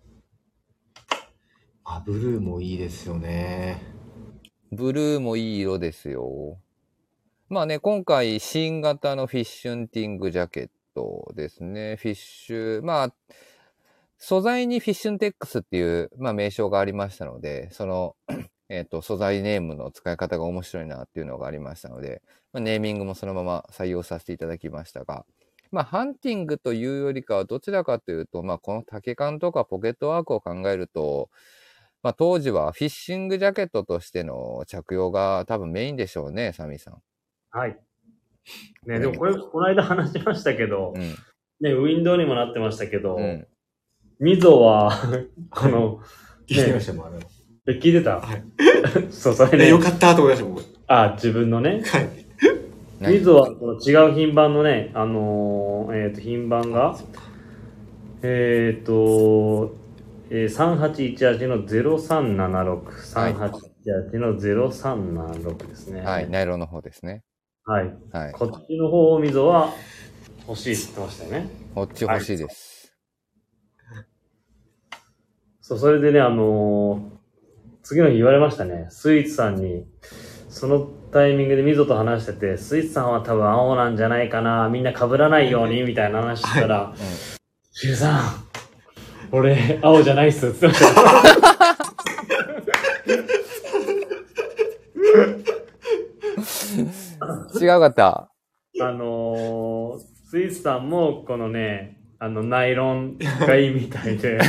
あ、ブルーもいいですよね。 ブルーもいい色ですよ。まあね、今回新型のフィッシュンティングジャケットですね。フィッシュ、まあ、素材にフィッシュンテックスっていう、まあ、名称がありましたので、その、えっと、素材ネームの使い方が面白いなっていうのがありましたので、まあ、ネーミングもそのまま採用させていただきましたが、まあ、ハンティングというよりかはどちらかというと、まあ、この丈感とかポケットワークを考えると、まあ、当時はフィッシングジャケットとしての着用が多分メインでしょうね、サミーさん。 はい。ね、でもこれ、この間話しましたけど、 うん、 ね、ウィンドウにもなってましたけど、 うん、 ミゾは、この、 聞いてましたもん、あれ。 え、聞いてた？ はい。 そう、それね。 よかったと思いました、僕。 あ、自分のね。 はい。 ミゾはこの違う品番のね、あのー、えっ、ー、と、品番が、えっ、ー、と、えー、さんはちいちはちのゼロさんななろく、さんはちいちはちのゼロさんななろくですね。 はい、ナイロンの方ですね。 はい。 はい、 こっちの方をミゾは欲しいって言ってましたよね。 こっち欲しいです。 はい、そう、それでね、あのー、次の日言われましたね。スイーツさんに、そのタイミングでミゾと話してて、スイーツさんは多分青なんじゃないかな、みんな被らないように、みたいな話したら、シュウさん、俺、青じゃないっす、って言ってました。 違うかった。 あのー、スイーツさんも、このね、あの、ナイロンがいいみたいで。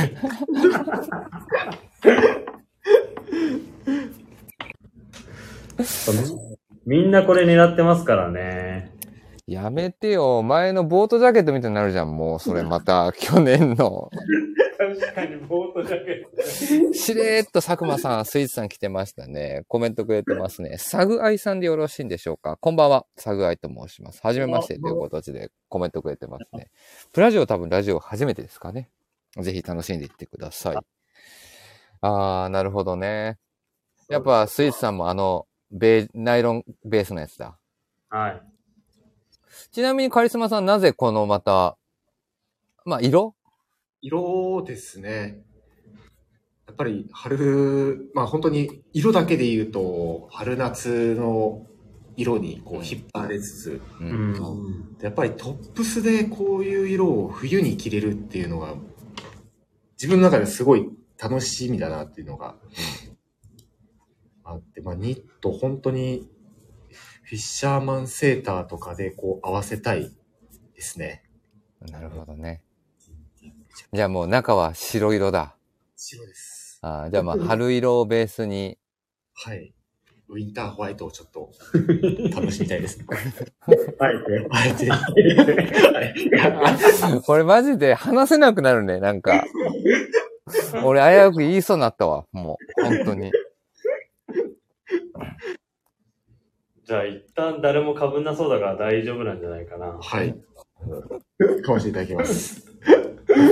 みんなこれ狙ってますからね。 やめてよ。前のボートジャケットみたいになるじゃん、もう。それまた、去年の。 確かにボートジャケット。 しれーっと佐久間さん、スイーツさん来てましたね。コメントくれてますね。サグアイさんでよろしいんでしょうか。こんばんは。サグアイと申します。はじめましてという形でコメントくれてますね。プラジオ多分ラジオ初めてですかね。ぜひ楽しんでいってください。あー、なるほどね。やっぱスイーツさんもあの、ベー、ナイロンベースのやつだ。 はい。 ちなみにカリスマさん、なぜこのまた、まあ、色色ですね。やっぱり春、まあ本当に色だけで言うと、春夏の色にこう引っ張られつつ、うん、やっぱりトップスでこういう色を冬に着れるっていうのが、自分の中ですごい楽しみだなっていうのがあって、まあニット本当に、フィッシャーマンセーターとかでこう合わせたいですね。 なるほどね。じゃあもう中は白色だ。 白です。 ああ、じゃあまあ春色をベースに。 はい。ウィンターホワイトをちょっと楽しみたいです。 あえて。 あえて。 これマジで話せなくなるね、なんか。俺危うく言いそうになったわ、もう。本当に。 じゃあ一旦誰も被んなそうだから大丈夫なんじゃないかな。 はい。かもしていただきます。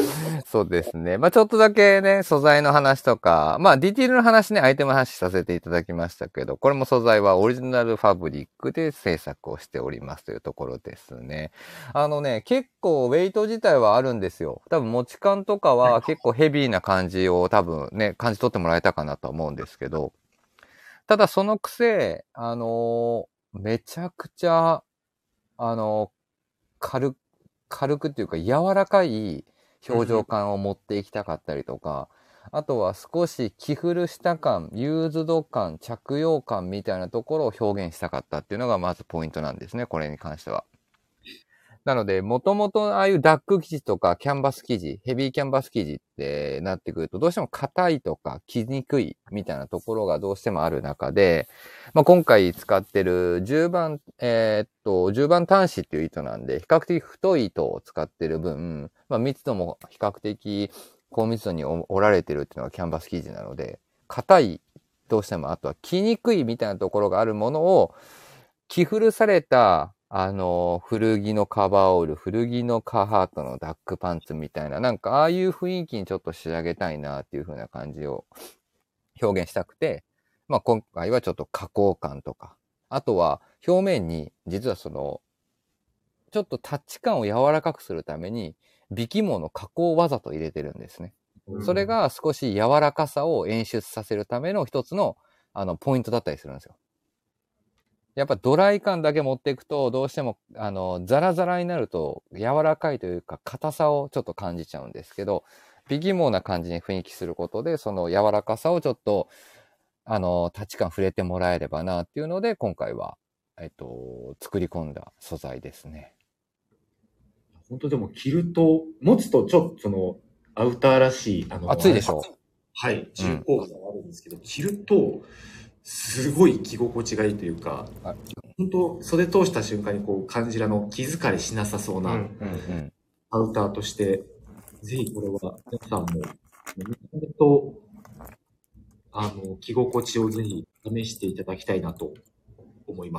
そうですね。まあちょっとだけね、素材の話とか、まあディティールの話ね、アイテムの話させていただきましたけど、これも素材はオリジナルファブリックで制作をしておりますというところですね。あのね、結構ウェイト自体はあるんですよ。多分持ち感とかは結構ヘビーな感じを多分ね、感じ取ってもらえたかなと思うんですけど、ただそのくせ、あのー、めちゃくちゃ、あのー、軽く、軽くっていうか柔らかい表情感を持っていきたかったりとか、あとは少し着古した感、ユーズド感、着用感みたいなところを表現したかったっていうのがまずポイントなんですね、これに関しては。なので、もともとああいうダック生地とかキャンバス生地、ヘビーキャンバス生地ってなってくると、どうしても硬いとか着にくいみたいなところがどうしてもある中で、まあ、今回使ってるじゅうばん、えー、っと、じゅうばん端子っていう糸なんで、比較的太い糸を使ってる分、まあ、密度も比較的高密度に折られてるっていうのがキャンバス生地なので、硬い、どうしてもあとは着にくいみたいなところがあるものを、着古されたあの、古着のカバーオール、古着のカーハートのダックパンツみたいな、なんかああいう雰囲気にちょっと仕上げたいなっていう風な感じを表現したくて、まあ今回はちょっと加工感とか、あとは表面に実はその、ちょっとタッチ感を柔らかくするために、微気毛の加工をわざと入れてるんですね。それが少し柔らかさを演出させるための一つの、あの、ポイントだったりするんですよ。やっぱドライ感だけ持っていくと、どうしても、あの、ザラザラになると、柔らかいというか、硬さをちょっと感じちゃうんですけど、微気毛な感じに雰囲気することで、その柔らかさをちょっと、あの、タッチ感触れてもらえればな、っていうので、今回は、えっと、作り込んだ素材ですね。 本当でも着ると、持つとちょっとその、アウターらしい、あの、 熱いでしょ？ はい、重厚感があるんですけど、うん、着ると、すごい着心地がいいというか、本当袖通した瞬間にこう感じるあの気疲れしなさそうなアウターとして、ぜひこれは皆さんも、とあの着心地をぜひ試していただきたいなと思います。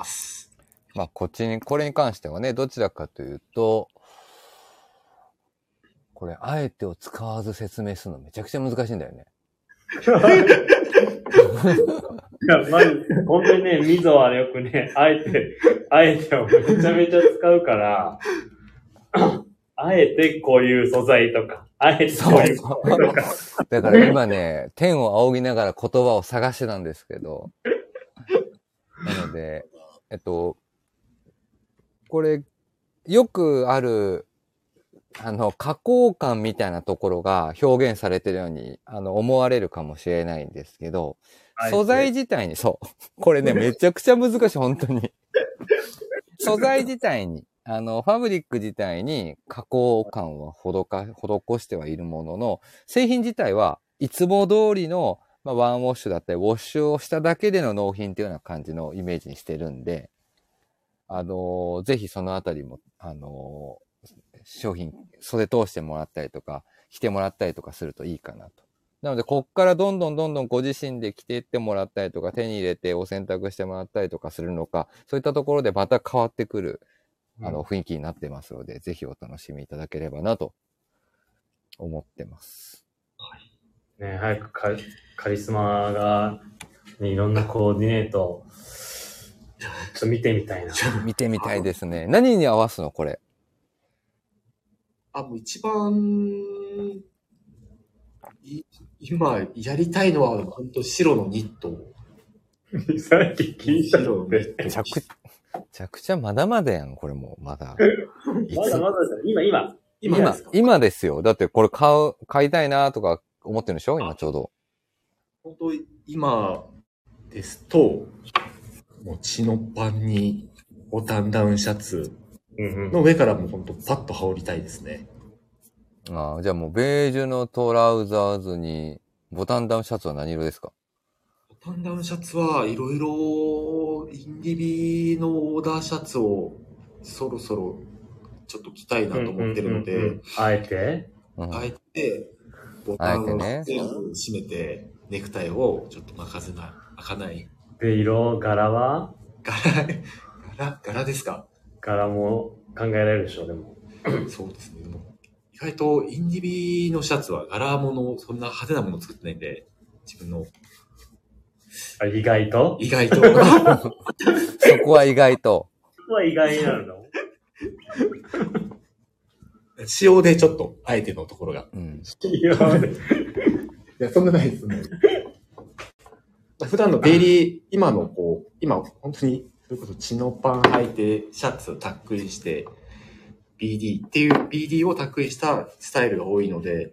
まあこっちにこれに関してはね、どちらかというと、これあえてを使わず説明するのめちゃくちゃ難しいんだよね。 いや、まず、本当にね、みぞはよくね、あえて、あえてをめちゃめちゃ使うから、あえてこういう素材とか、あえてこういう素材とか。 だから今ね、天を仰ぎながら言葉を探してたんですけど、なので、えっと、これ、よくある、あの、加工感みたいなところが表現されてるように、あの、思われるかもしれないんですけど、素材自体に、そう。これね、めちゃくちゃ難しい、本当に。素材自体に、あの、ファブリック自体に加工感は施か、施してはいるものの、製品自体はいつも通りの、まあ、ワンウォッシュだったり、ウォッシュをしただけでの納品っていうような感じのイメージにしてるんで、あの、ぜひそのあたりも、あの、商品、袖通してもらったりとか、着てもらったりとかするといいかなと。なので、こっからどんどんどんどんご自身で着ていってもらったりとか、手に入れてお洗濯してもらったりとかするのか、そういったところでまた変わってくる、あの、雰囲気になってますので、うん、ぜひお楽しみいただければなと思ってます。 はい。ね、早くカリ、カリスマが、ね、いろんなコーディネート、ちょっと見てみたいな。 見てみたいですね。何に合わすのこれ。 あ、もう一番、今やりたいのは本当白のニット。 さっき聞いたのめちゃくちゃ、めちゃくちゃまだまだやん、これもまだ。 まだまだです。今、今。 今、今ですか？今ですよ。だってこれ買う、買いたいなとか思ってるんでしょ今ちょうど。 本当今ですと、もう血のパンにボタンダウンシャツの上からもう本当パッと羽織りたいですね。 ああ、じゃあもうベージュのトラウザーズにボタンダウンシャツは何色ですか？ ボタンダウンシャツはいろいろインディビのオーダーシャツをそろそろちょっと着たいなと思ってるので、うんうんうんうん、 あえて、 うん、あえてボタンを全部閉めてネクタイをちょっと巻かせない、開かない。 で、色、柄は柄、柄、柄ですか？ 柄も考えられるでしょ、でも。 そうですね。でも意外とインディビのシャツは柄物、そんな派手なもの作ってないんで、自分の。 あ、意外と意外と。 そこは意外と。 そこは意外になるの仕様でちょっと、あえてのところが。 うん。 仕様で。いや、そんなないですね。普段のデイリー、今のこう、今、本当に、それこそチノパン履いて、シャツをタックインして、ビーディー っていう ビーディー をタックインしたスタイルが多いので、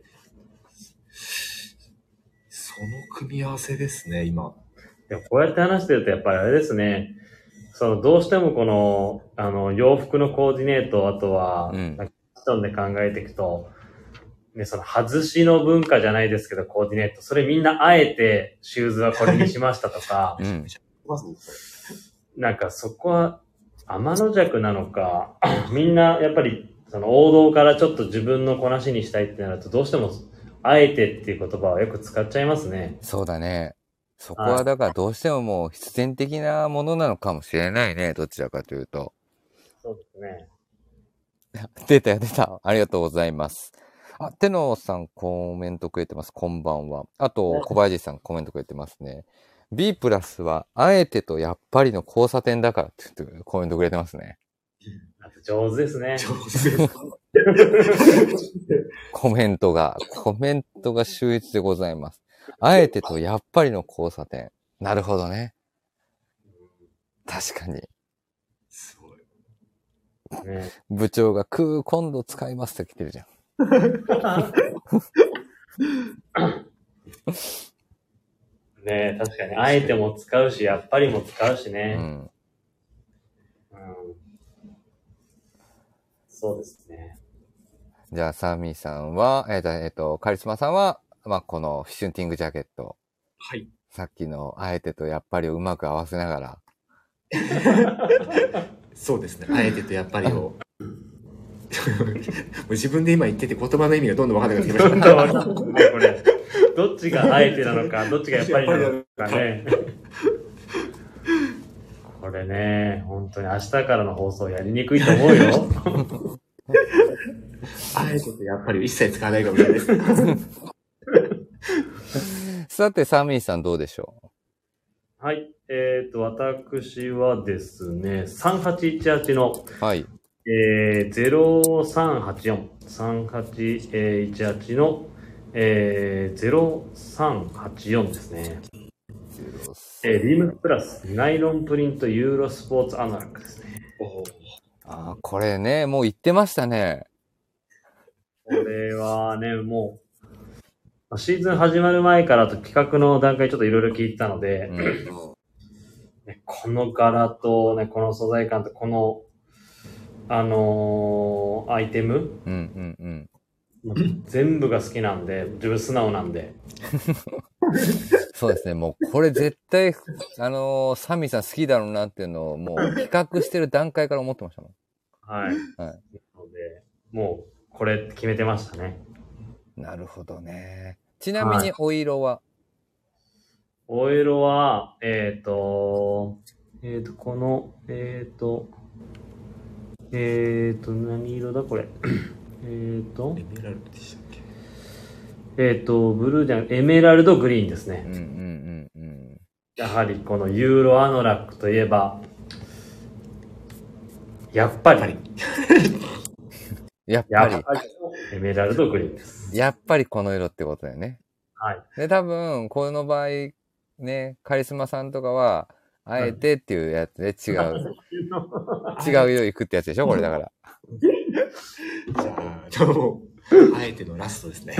その組み合わせですね、今。 でもこうやって話してるとやっぱりあれですね、そのどうしてもこの、あの、洋服のコーディネート、あとは、うん、ファッションで考えていくと、ね、その外しの文化じゃないですけど、コーディネート、それみんなあえてシューズはこれにしましたとか、うん、なんかそこは天の弱なのか、みんなやっぱりその王道からちょっと自分のこなしにしたいってなると、どうしてもあえてっていう言葉をよく使っちゃいますね。 そうだね。そこはだからどうしてももう必然的なものなのかもしれないね。どちらかというと。 そうですね。 出たよ出た。ありがとうございます。あ、テノさんコメントくれてます。こんばんは。あと、小林さんコメントくれてますね。B プラスは、あえてとやっぱりの交差点だからって言ってコメントくれてますね。 上手ですね。 上手です。 コメントが、コメントが秀逸でございます。あえてとやっぱりの交差点。なるほどね。確かに。 すごい。 ね、部長が空今度使いますって来てるじゃん。 ねえ、確かに、あえても使うし、やっぱりも使うしね。うん。うん、そうですね。 じゃあ、サーミーさんは、えっ、ー、と、えっ、ー、と、カリスマさんは、まあ、このフィッシュンティングジャケット。 はい。 さっきの、あえてとやっぱりをうまく合わせながら。 そうですね。あえてとやっぱりを。自分で今言ってて言葉の意味がどんどん分からなくなってきました。どんどん分かんない、 これ。どっちがあえてなのか、どっちがやっぱりなのかね。これね、本当に明日からの放送やりにくいと思うよ。 あえてとやっぱり一切使わないかもしれないです。 さて、サミーさんどうでしょう？はい。えっと、私はですね、さんはちいちはちの、 はい。 えー、ゼロさんはちよん、さんはちいちはちの、えー、ゼロさんはちよんですね。えー、ビームスプラス、ナイロンプリントユーロスポーツアナラックですね。 ああ、これね、もう言ってましたね。 これはね、もう、シーズン始まる前からと企画の段階ちょっといろいろ聞いてたので、うんね、この柄とね、この素材感とこのあのー、アイテム、 うんうんうん、全部が好きなんで、自分素直なんで。 そうですね、もうこれ絶対、あのー、サミーさん好きだろうなっていうのをもう企画してる段階から思ってましたもん。 はい。はい。なので、もうこれ決めてましたね。 なるほどね。ちなみにお色は、はい、 お色は、えっ、ー、と、えっ、ー、と、この、えっ、ー、と、えっ、ー、と、何色だこれ。えっと、 エメラルドでしたっけ？ えっ、ー、と、ブルーじゃなくてエメラルドグリーンですね。 うんうんうんうん。 やはりこのユーロアノラックといえば、やっぱり。 やっぱり。 エメラルドグリーンです。 やっぱりこの色ってことだよね。 はい。 で、多分、この場合、ね、カリスマさんとかは、あえてっていうやつで違う。違う色いくってやつでしょこれだから。 じゃあ、もう、あえてのラストですね。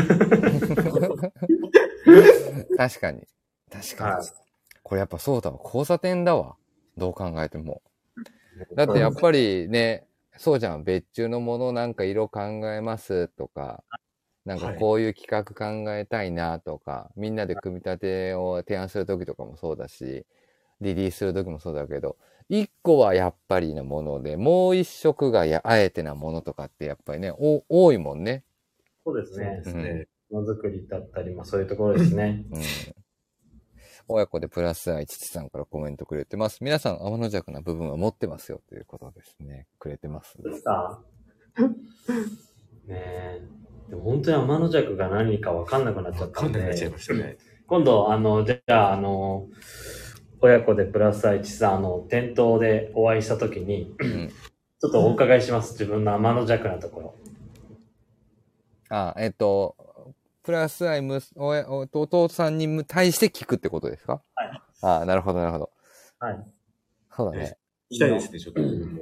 確かに。確かに。はい、これやっぱそうだわ。交差点だわ。どう考えても。だってやっぱりね、そうじゃん。別注のものなんか色考えますとか、なんかこういう企画考えたいなとか、はい、みんなで組み立てを提案するときとかもそうだし、リリースするときもそうだけど、一個はやっぱりなもので、もう一色がやあえてなものとかってやっぱりね、お多いもんね。 そうですね。そうですね。ものづくりだったり、まあそういうところですね。うん。 親子でプラス愛父さんからコメントくれてます。皆さん、天の弱な部分は持ってますよということですね。くれてます。 ですかねえ。 でも本当に天の弱が何か分かんなくなっちゃったんで。分かんなくなっちゃいましたね。 今度、あの、じゃあ、あの、親子でプラス愛知さん、あの、店頭でお会いしたときに、うん、ちょっとお伺いします。自分の天の弱なところ。 あ、えっと、プラス愛む、お、お、お父さんに対して聞くってことですか？ はい。 あ、なるほど、なるほど。 はい。 そうだね。 聞きたいですね、ちょっと。うんうん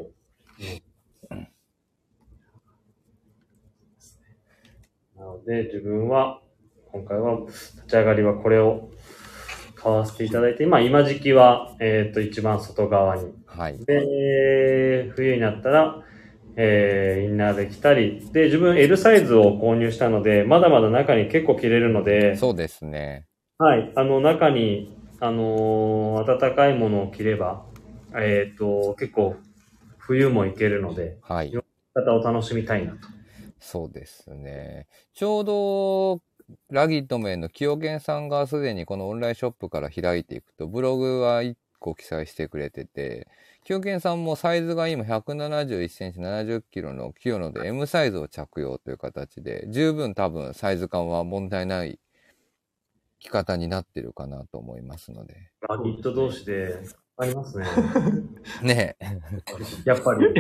なので、自分は、今回は、立ち上がりはこれを買わせていただいて、今、今時期は、えっと、一番外側に。 はい。 で、冬になったら、えー、インナーで着たり。で、自分 L サイズを購入したので、まだまだ中に結構着れるので。 そうですね。 はい。あの、中に、あのー、暖かいものを着れば、えっと、結構、冬もいけるので、 はい。 いろんな方を楽しみたいなと。 そうですね。ちょうど、ラギットメンの清源さんがすでにこのオンラインショップから開いていくと、ブログはいっこ記載してくれてて、清源さんもサイズが今ひゃくななじゅういっセンチななじゅっキロの清野で エム サイズを着用という形で、十分多分サイズ感は問題ない着方になってるかなと思いますので。 ラギット同士でありますね。 ねえ。 やっぱり。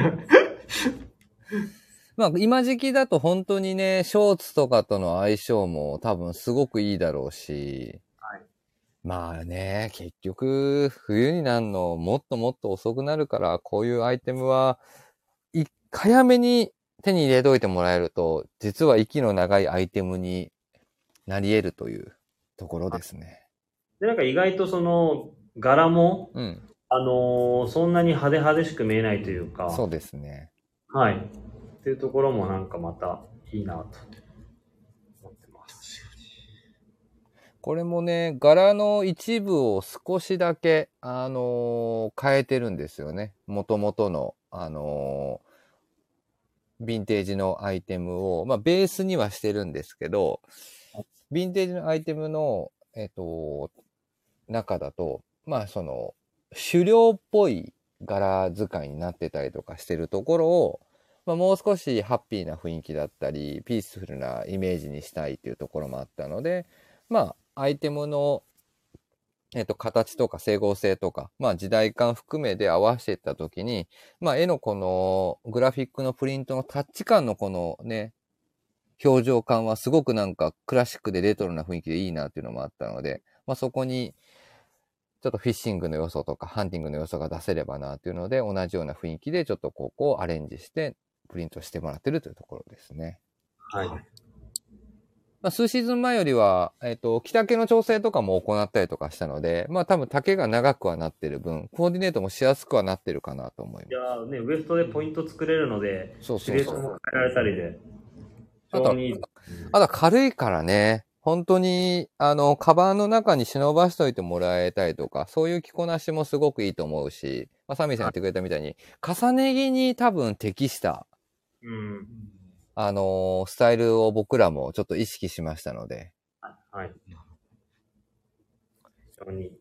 まあ今時期だと本当にね、ショーツとかとの相性も多分すごくいいだろうし、 はい、 まあね、結局冬になるのもっともっと遅くなるから、こういうアイテムは、い早めに手に入れといてもらえると、実は息の長いアイテムになり得るというところですね。 で、なんか意外とその柄も、 うん、 あのー、そんなに派手派手しく見えないというか。 そうですね。 はい。っていうところもなんかまたいいなと思ってます。 これもね、柄の一部を少しだけ、あのー、変えてるんですよね。元々の、あのー、ヴィンテージのアイテムを、まあ、ベースにはしてるんですけど、ヴィンテージのアイテムの、えっと、中だと、まあ、その、狩猟っぽい柄使いになってたりとかしてるところを、まあ、もう少しハッピーな雰囲気だったり、ピースフルなイメージにしたいっていうところもあったので、まあ、アイテムの、えっと、形とか整合性とか、まあ、時代感含めで合わせていったときに、まあ、絵のこの、グラフィックのプリントのタッチ感のこのね、表情感はすごくなんかクラシックでレトロな雰囲気でいいなっていうのもあったので、まあ、そこに、ちょっとフィッシングの要素とかハンティングの要素が出せればなっていうので、同じような雰囲気でちょっとここをアレンジしてプリントしてもらってるというところですね。 はい。 まあ、数シーズン前よりは、えっと、着丈の調整とかも行ったりとかしたので、まあ多分丈が長くはなってる分、コーディネートもしやすくはなってるかなと思います。いやーね、ウエストでポイント作れるので、 そうそうそう。シチュエーションも変えられたりで。 あと、あとは軽いからね、本当に、あの、カバンの中に忍ばしといてもらえたりとか、そういう着こなしもすごくいいと思うし、まあ、サミーさん言ってくれたみたいに、重ね着に多分適した、 うん、 あのー、スタイルを僕らもちょっと意識しましたので。 はい。非常に。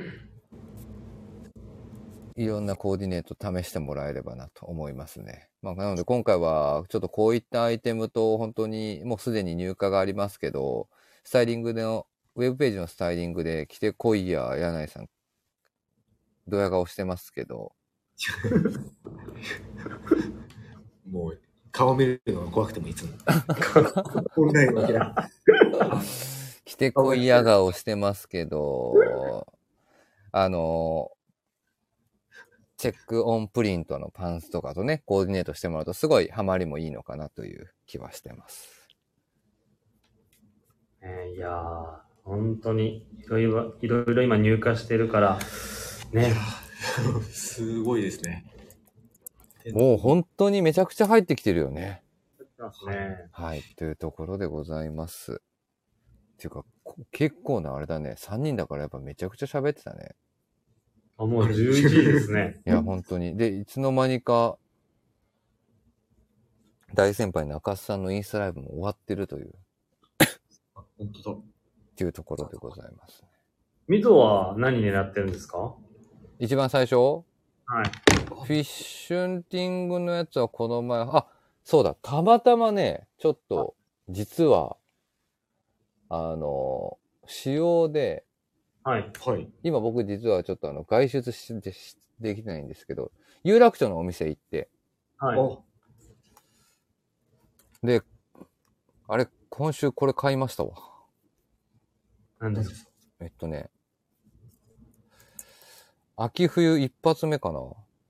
いろんなコーディネート試してもらえればなと思いますね。まあ、なので今回はちょっとこういったアイテムと本当にもうすでに入荷がありますけど、スタイリングの、ウェブページのスタイリングで着てこいや、柳井さん、ドヤ顔してますけど。 もう、顔見るのが怖くてもいつも。オンラインわけだ。 着てこいや顔してますけど、あの、チェックオンプリントのパンツとかとね、コーディネートしてもらうとすごいハマりもいいのかなという気はしてます。 えー、いやー、本当にいろいろ、いろいろ今入荷してるから、ね。 すごいですね。 もう本当にめちゃくちゃ入ってきてるよね。 ね、 はい、というところでございます。っていうか、結構なあれだね。さんにんだからやっぱめちゃくちゃ喋ってたね。 あ、もうじゅういちじですね。 いや、本当に。で、いつの間にか、大先輩中須さんのインスタライブも終わってるという。 本当だ。 っていうところでございます、ね。 ミゾは何狙ってるんですか？ 一番最初？はい。 フィッシュンティングのやつはこの前、あ、そうだ、たまたまね、ちょっと実は、あの、仕様で、 はい。 はい。 今僕実はちょっとあの、外出しでしできてないんですけど、有楽町のお店行って、 はい。 で、あれ、今週これ買いましたわ。 何ですか？ えっとね、秋冬一発目かな。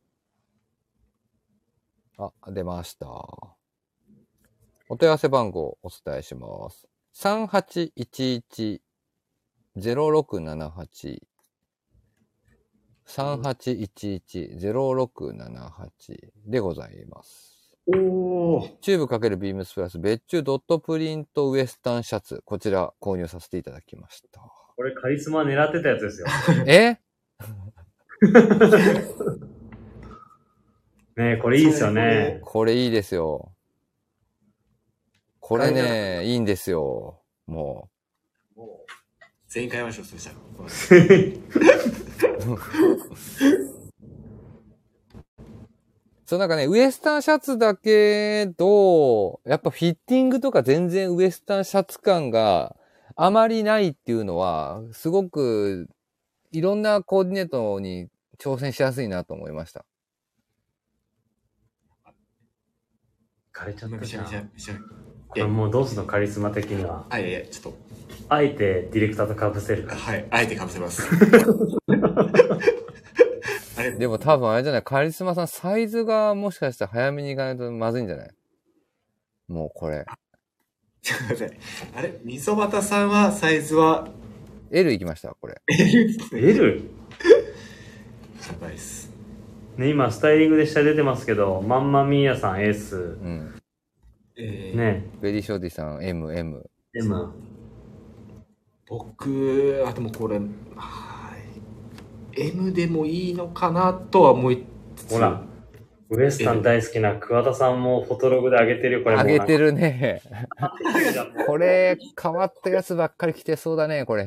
あ、出ました。お問い合わせ番号お伝えします。さんはちいちいち ゼロろくななはち さんはちいちいち ゼロろくななはちでございます。 おー。 チューブ×ビームスプラス別注ドットプリントウエスタンシャツ。こちら購入させていただきました。 これカリスマ狙ってたやつですよ。 えねえ、これいいですよね。 これいいですよ。これね、いいんですよ。もう。もう全員買いましょう、そしたら。 そうなんかね、ウエスタンシャツだけど、やっぱフィッティングとか全然ウエスタンシャツ感があまりないっていうのは、すごくいろんなコーディネートに挑戦しやすいなと思いました。 枯れちゃったじゃん。 これもうどうすんのカリスマ的には。 あ、いやいや、ちょっと。 あえてディレクターと被せるか。 はい、あえて被せます。 あれでも多分あれじゃない、カリスマさんサイズがもしかしたら早めにいかないとまずいんじゃない？もうこれ。 すいません。あれ溝端さんはサイズは L いきました、これ。 L？ やばいっす。 ね、今スタイリングで下出てますけど、マンマミーヤさん S。 うん。 えー、 ね。 ベリーショーティさん M、M。 M。 僕、あ、でもこれ、はい。M でもいいのかなとは思いつつ。 ほら、ウエスタン大好きな桑田さんもフォトログで上げてるよ、これも。 上げてるね。これ、変わったやつばっかり着てそうだね、これ。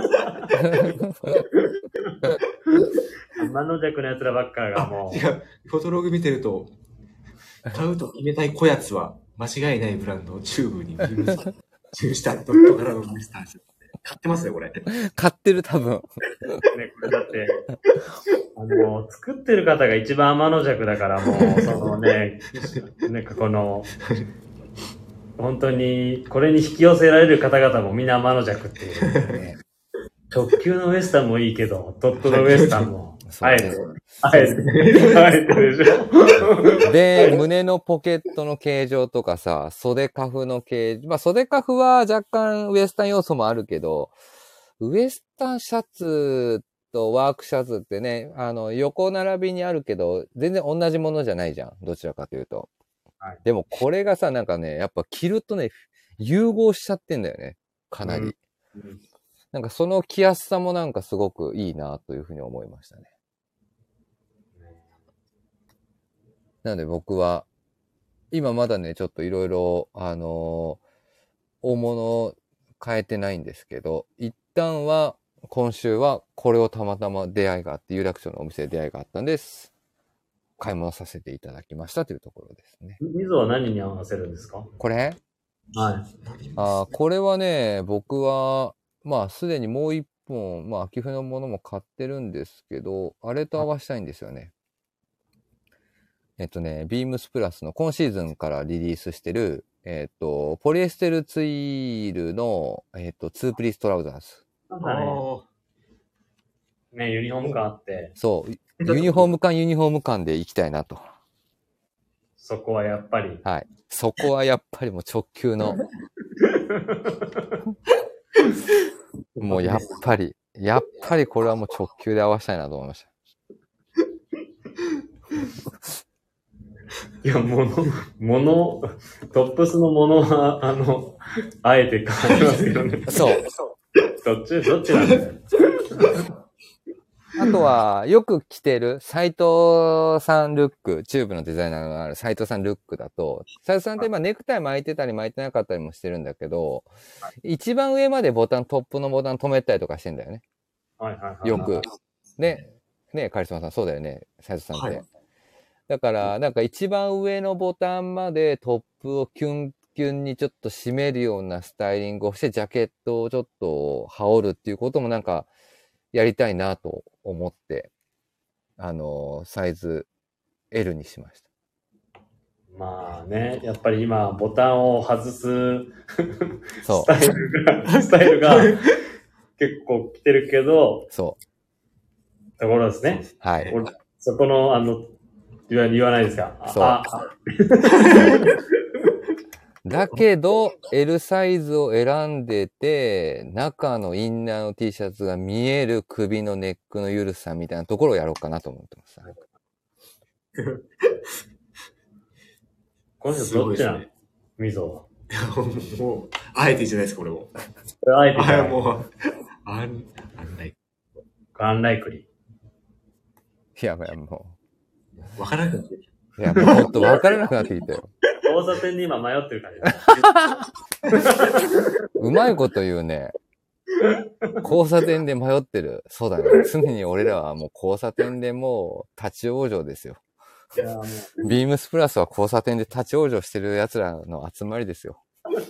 天の弱のやつらばっかりがもう。 違う、フォトログ見てると、買うと決めたいこやつは、間違いないブランドをチューブにビームス注したドットからのウエスタンシャツ。買ってますよ、これ。 買ってる、多分。 ね、これだって、あの、作ってる方が一番天の弱だからもう、そのね、なんかこの、本当に、これに引き寄せられる方々もみんな天の弱っていう、ね。直球のウエスタンもいいけど、ドットのウエスタンも、あえて、あえて、あえてでしょ。 で、胸のポケットの形状とかさ、袖カフの形状、まあ袖カフは若干ウエスタン要素もあるけど、ウエスタンシャツとワークシャツってね、あの、横並びにあるけど、全然同じものじゃないじゃん。どちらかというと。はい、でもこれがさ、なんかね、やっぱ着るとね、融合しちゃってんだよね。かなり。うんうん、なんかその着やすさもなんかすごくいいなというふうに思いましたね。なので僕は、今まだね、ちょっといろいろ、あのー、大物変えてないんですけど、一旦は、今週はこれをたまたま出会いがあって、有楽町のお店で出会いがあったんです。買い物させていただきましたというところですね。 みぞは何に合わせるんですか？ これ？ はい。 あ、これはね、僕は、まあ、すでにもう一本、まあ、秋冬のものも買ってるんですけど、あれと合わせたいんですよね。えっとね、ビームスプラスの今シーズンからリリースしてる、えっと、ポリエステルツイールの、えっと、ツープリーストラウザーズ。 なんかね、ね、ユニフォーム感あって。 そう、ユニフォーム感、ユニフォーム感で行きたいなと。 そこはやっぱり。 はい。そこはやっぱりもう直球の。もうやっぱり、やっぱりこれはもう直球で合わせたいなと思いました。 いや、もの、もの、トップスのものは、あの、あえて変わりますけどね。 そう。 どっち、どっちなんだよ。 あとは、よく着てる斉藤さんルック、チューブのデザイナーのある斉藤さんルックだと、斉藤さんって今ネクタイ巻いてたり巻いてなかったりもしてるんだけど、一番上までボタン、トップのボタン止めたりとかしてんだよね。 はいはいはい。 よく。ね、ね、カリスマさんそうだよね、斉藤さんって。はい、だから、なんか一番上のボタンまでトップをキュン、 キュンにちょっと締めるようなスタイリングをして、ジャケットをちょっと羽織るっていうこともなんか、やりたいなと思って、あの、サイズ エル にしました。 まあね、やっぱり今、ボタンを外すそうスタイルが、スタイルが結構来てるけど、 そう。 ところですね。 はい。 そこの、あの、言わ言わないですか。 そう。だけど、L サイズを選んでて、中のインナーの T シャツが見える首のネックの緩さみたいなところをやろうかなと思ってます。 この人どっちなの？みぞは。もう、あえてじゃないですか、これも。 これあえてじゃない。 もう、アン、アンライク。 アンライクリー。 いや、いや、もう。わからなくなってきた。いや、もうほんとわからなくなってきたよ。 交差点に今迷ってる感じ。 うまいこと言うね。交差点で迷ってる。そうだね。常に俺らはもう交差点でもう立ち往生ですよ。 いやもうビームスプラスは交差点で立ち往生してる奴らの集まりですよ。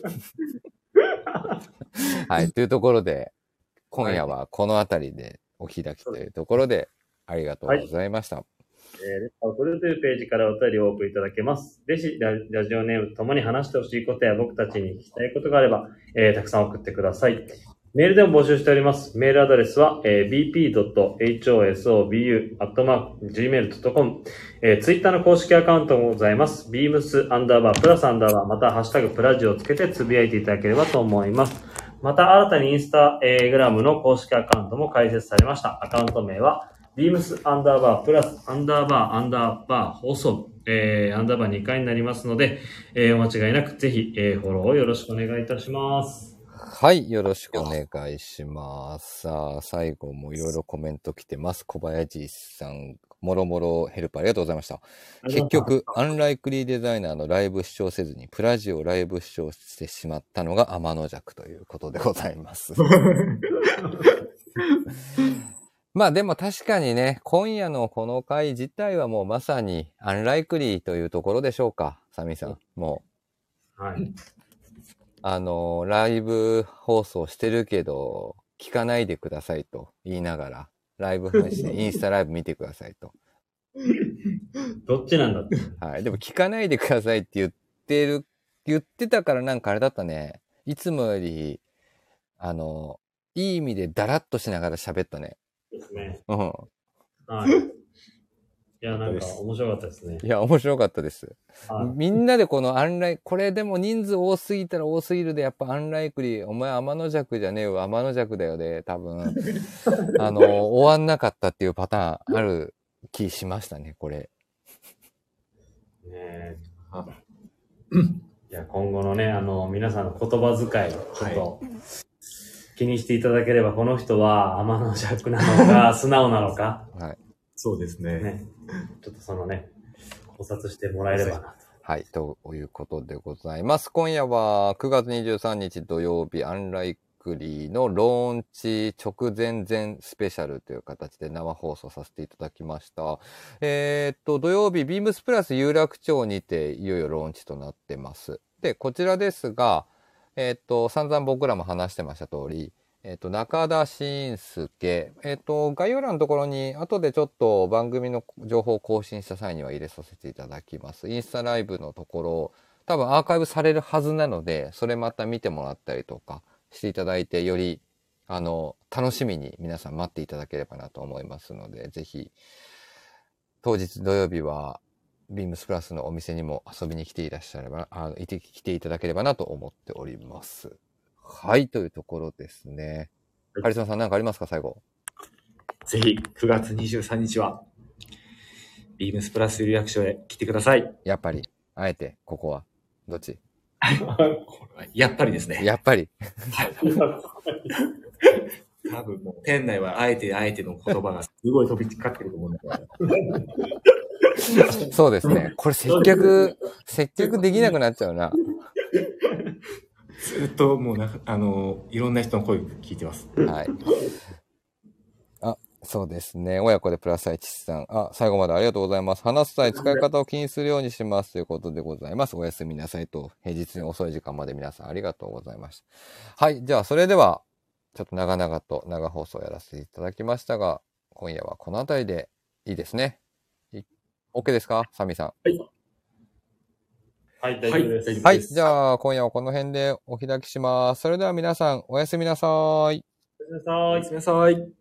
はい。というところで、今夜はこの辺りでお開きというところで、ありがとうございました。はい、 えー、レターを送るというページからお便りをお送りいただけます。ぜひラ、ラジオネームとともに話してほしいことや僕たちに聞きたいことがあれば、えー、たくさん送ってください。メールでも募集しております。メールアドレスは、えー、ビーピードットホソブアットマークジーメールドットコム、えー、ツイッターの公式アカウントもございます。ビームスアンダーバープラスアンダーバー、またハッシュタグプラジをつけてつぶやいていただければと思います。また新たにインスタグラムの公式アカウントも開設されました。アカウント名はビームスアンダーバープラスアンダーバーアンダーバー放送部、えー、アンダーバーにかいになりますので、えー、お間違いなくぜひ、えー、フォローをよろしくお願いいたします。 はい、よろしくお願いします。さあ、最後もいろいろコメント来てます。小林さん、もろもろヘルプありがとうございました。結局、アンライクリーデザイナーのライブ視聴せずに、プラジオライブ視聴してしまったのが天の弱ということでございます。まあでも確かにね、今夜のこの回自体はもうまさにアンライクリーというところでしょうか、サミさん。もう。はい。 あの、ライブ放送してるけど、聞かないでくださいと言いながら、ライブ配信、インスタライブ見てくださいと。 どっちなんだって。 はい。でも聞かないでくださいって言ってる、言ってたからなんかあれだったね。いつもより、あの、いい意味でダラッとしながら喋ったね。 ですね。 うん。 はい。いや、なんか面白かったですね。 いや、面白かったです。 はい、 みんなでこのアンライ、これでも人数多すぎたら多すぎるで、やっぱアンライクリー、お前天の弱じゃねえよ、天の弱だよで、多分、あの、終わんなかったっていうパターンある気しましたね、これ。 ねえ。いや、今後のね、あの、皆さんの言葉遣い、ちょっと、はい、気にしていただければ、この人は天の弱なのか、素直なのか。 はい。 そうですね。 ね。ちょっとそのね、考察してもらえればなと。 はい、ということでございます。今夜はくがつにじゅうさんにち土曜日、アンライクリーのローンチ直前前スペシャルという形で生放送させていただきました。えー、っと、土曜日、ビームスプラス有楽町にていよいよローンチとなってます。で、こちらですが、えー、っと、散々僕らも話してました通り、えっと、中田慎介。えっと、概要欄のところに、後でちょっと番組の情報を更新した際には入れさせていただきます。インスタライブのところ、多分アーカイブされるはずなので、それまた見てもらったりとかしていただいて、より、あの、楽しみに皆さん待っていただければなと思いますので、ぜひ、当日土曜日は、ビームスプラスのお店にも遊びに来ていらっしゃれば、あの、いて、来ていただければなと思っております。はい、というところですね。カリスマさん何かありますか、最後。 ぜひ、くがつにじゅうさんにちは、ビームスプラス有楽町へ来てください。 やっぱり、あえて、ここは、どっちやっぱりですね。 やっぱり。 多分もう、店内はあえてあえての言葉がすごい飛び交ってると思うんだけど。そうですね。これ接客、接客できなくなっちゃうな。 ずっともうな、あの、いろんな人の声聞いてます。 はい。あ、 そうですね。親子でプラス愛知さん。あ、最後までありがとうございます。話す際使い方を気にするようにしますということでございます。おやすみなさいと、平日に遅い時間まで皆さんありがとうございました。はい。じゃあ、それでは、ちょっと長々と長放送をやらせていただきましたが、今夜はこの辺りでいいですね。OK ですか？サミさん。 はい。はい、大丈夫です。 はい。じゃあ、今夜はこの辺でお開きします。それでは皆さん、おやすみなさい。 おやすみなさい。 おやすみなさい。